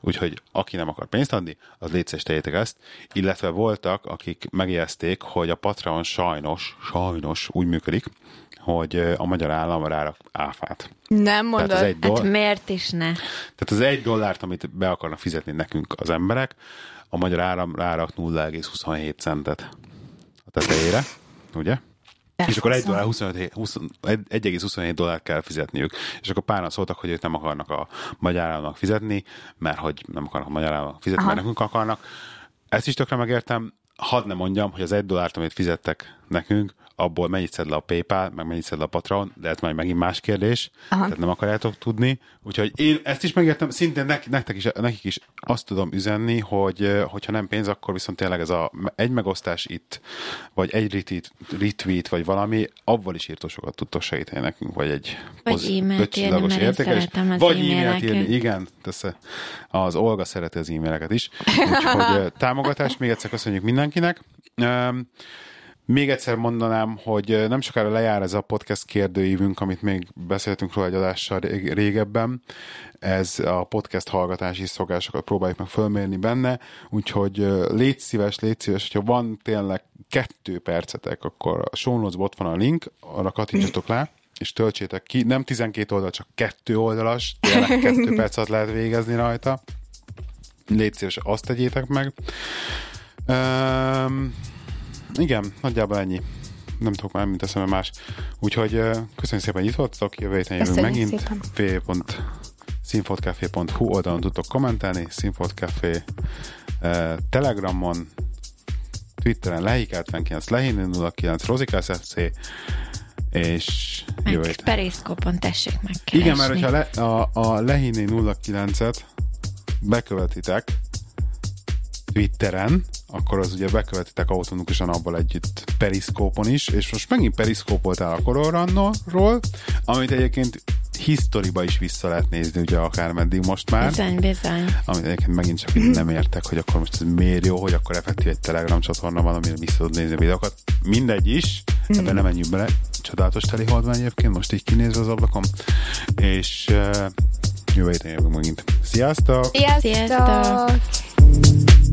C: Úgyhogy aki nem akar pénzt adni, az légy szíves, tegyétek ezt. Illetve voltak, akik megjegyezték, hogy a Patreon sajnos, sajnos úgy működik, hogy a magyar állam rárak áfát.
B: Nem mondod.
C: Tehát az egy doll...
A: Hát miért is ne?
C: Tehát az egy dollárt, amit be akarnak fizetni nekünk az emberek, a magyar állam rárak nulla egész huszonhét centet a tetejére, ugye? De és akkor egy dollár egy egész huszonhét dollárt kell fizetniük. És akkor páran szóltak, hogy ők nem akarnak a magyar államnak fizetni, mert hogy nem akarnak a magyar államnak fizetni, Aha. mert nekünk akarnak. Ezt is tökre megértem. Hadd ne mondjam, hogy az egy dollárt, amit fizettek nekünk, abból mennyit szed le a PayPal, meg mennyit szed le a Patreon, de ez majd megint más kérdés, Aha. tehát nem akarjátok tudni. Úgyhogy én ezt is megértem, szintén nek, nektek is, nekik is azt tudom üzenni, hogy hogyha nem pénz, akkor viszont tényleg ez a egy megosztás itt, vagy egy retweet, retweet vagy valami, abból is írtósokat tudtok segíteni nekünk, vagy egy
A: vagy e-mailt írni, mert én szeretem az
C: vagy e-mailt írni, igen, tesz, az Olga szereti az e-maileket is. Úgyhogy támogatást még egyszer köszönjük mindenkinek. Még egyszer mondanám, hogy nem sokára lejár ez a podcast kérdőívünk, amit még beszéltünk róla egy adással régebben. Ez a podcast hallgatási szokásokat próbáljuk meg fölmérni benne, úgyhogy légy szíves, légy szíves, hogyha van tényleg kettő percetek, akkor a show notes-ban ott van a link, arra kattintsatok rá, és töltsétek ki. Nem tizenkét oldal, csak kettő oldalas, tényleg kettő perc alatt lehet végezni rajta. Légy szíves, azt tegyétek meg. Um, Igen, nagyjából ennyi. Nem tudok már, mint eszembe más. Úgyhogy uh, köszönjük szépen, hogy itt voltatok, jövő héten jövünk megint. w w w pont színfoltcafé pont hu oldalon tudtok kommentelni, Színfoltcafé uh, Telegramon, Twitteren Lehik hetvenkilenc, Lehini nulla kilenc, Rozikász ef cé, és
A: meg jövő héten. Periszkópon tessék megkeresni.
C: Igen, mert hogyha le, a, a Lehini nulla kilencet bekövetitek Twitteren, akkor az ugye bekövetitek automatikusan abból együtt Periszkópon is, és most megint periszkópoltál a Colorado-ról, amit egyébként historyba is vissza lehet nézni, ugye akármeddig most már.
A: Bizony, bizony.
C: Amit egyébként megint csak nem értek, hogy akkor most ez miért jó, hogy akkor effektív egy Telegram csatorna van, amire vissza tud nézni a videókat. Mindegy is, ebben nem menjünk bele. Csodálatos teli holdvány egyébként, most így kinézve az ablakon. És uh, jövő héten jövünk megint. Sziasztok!
B: Sziasztok!
A: Sziasztok!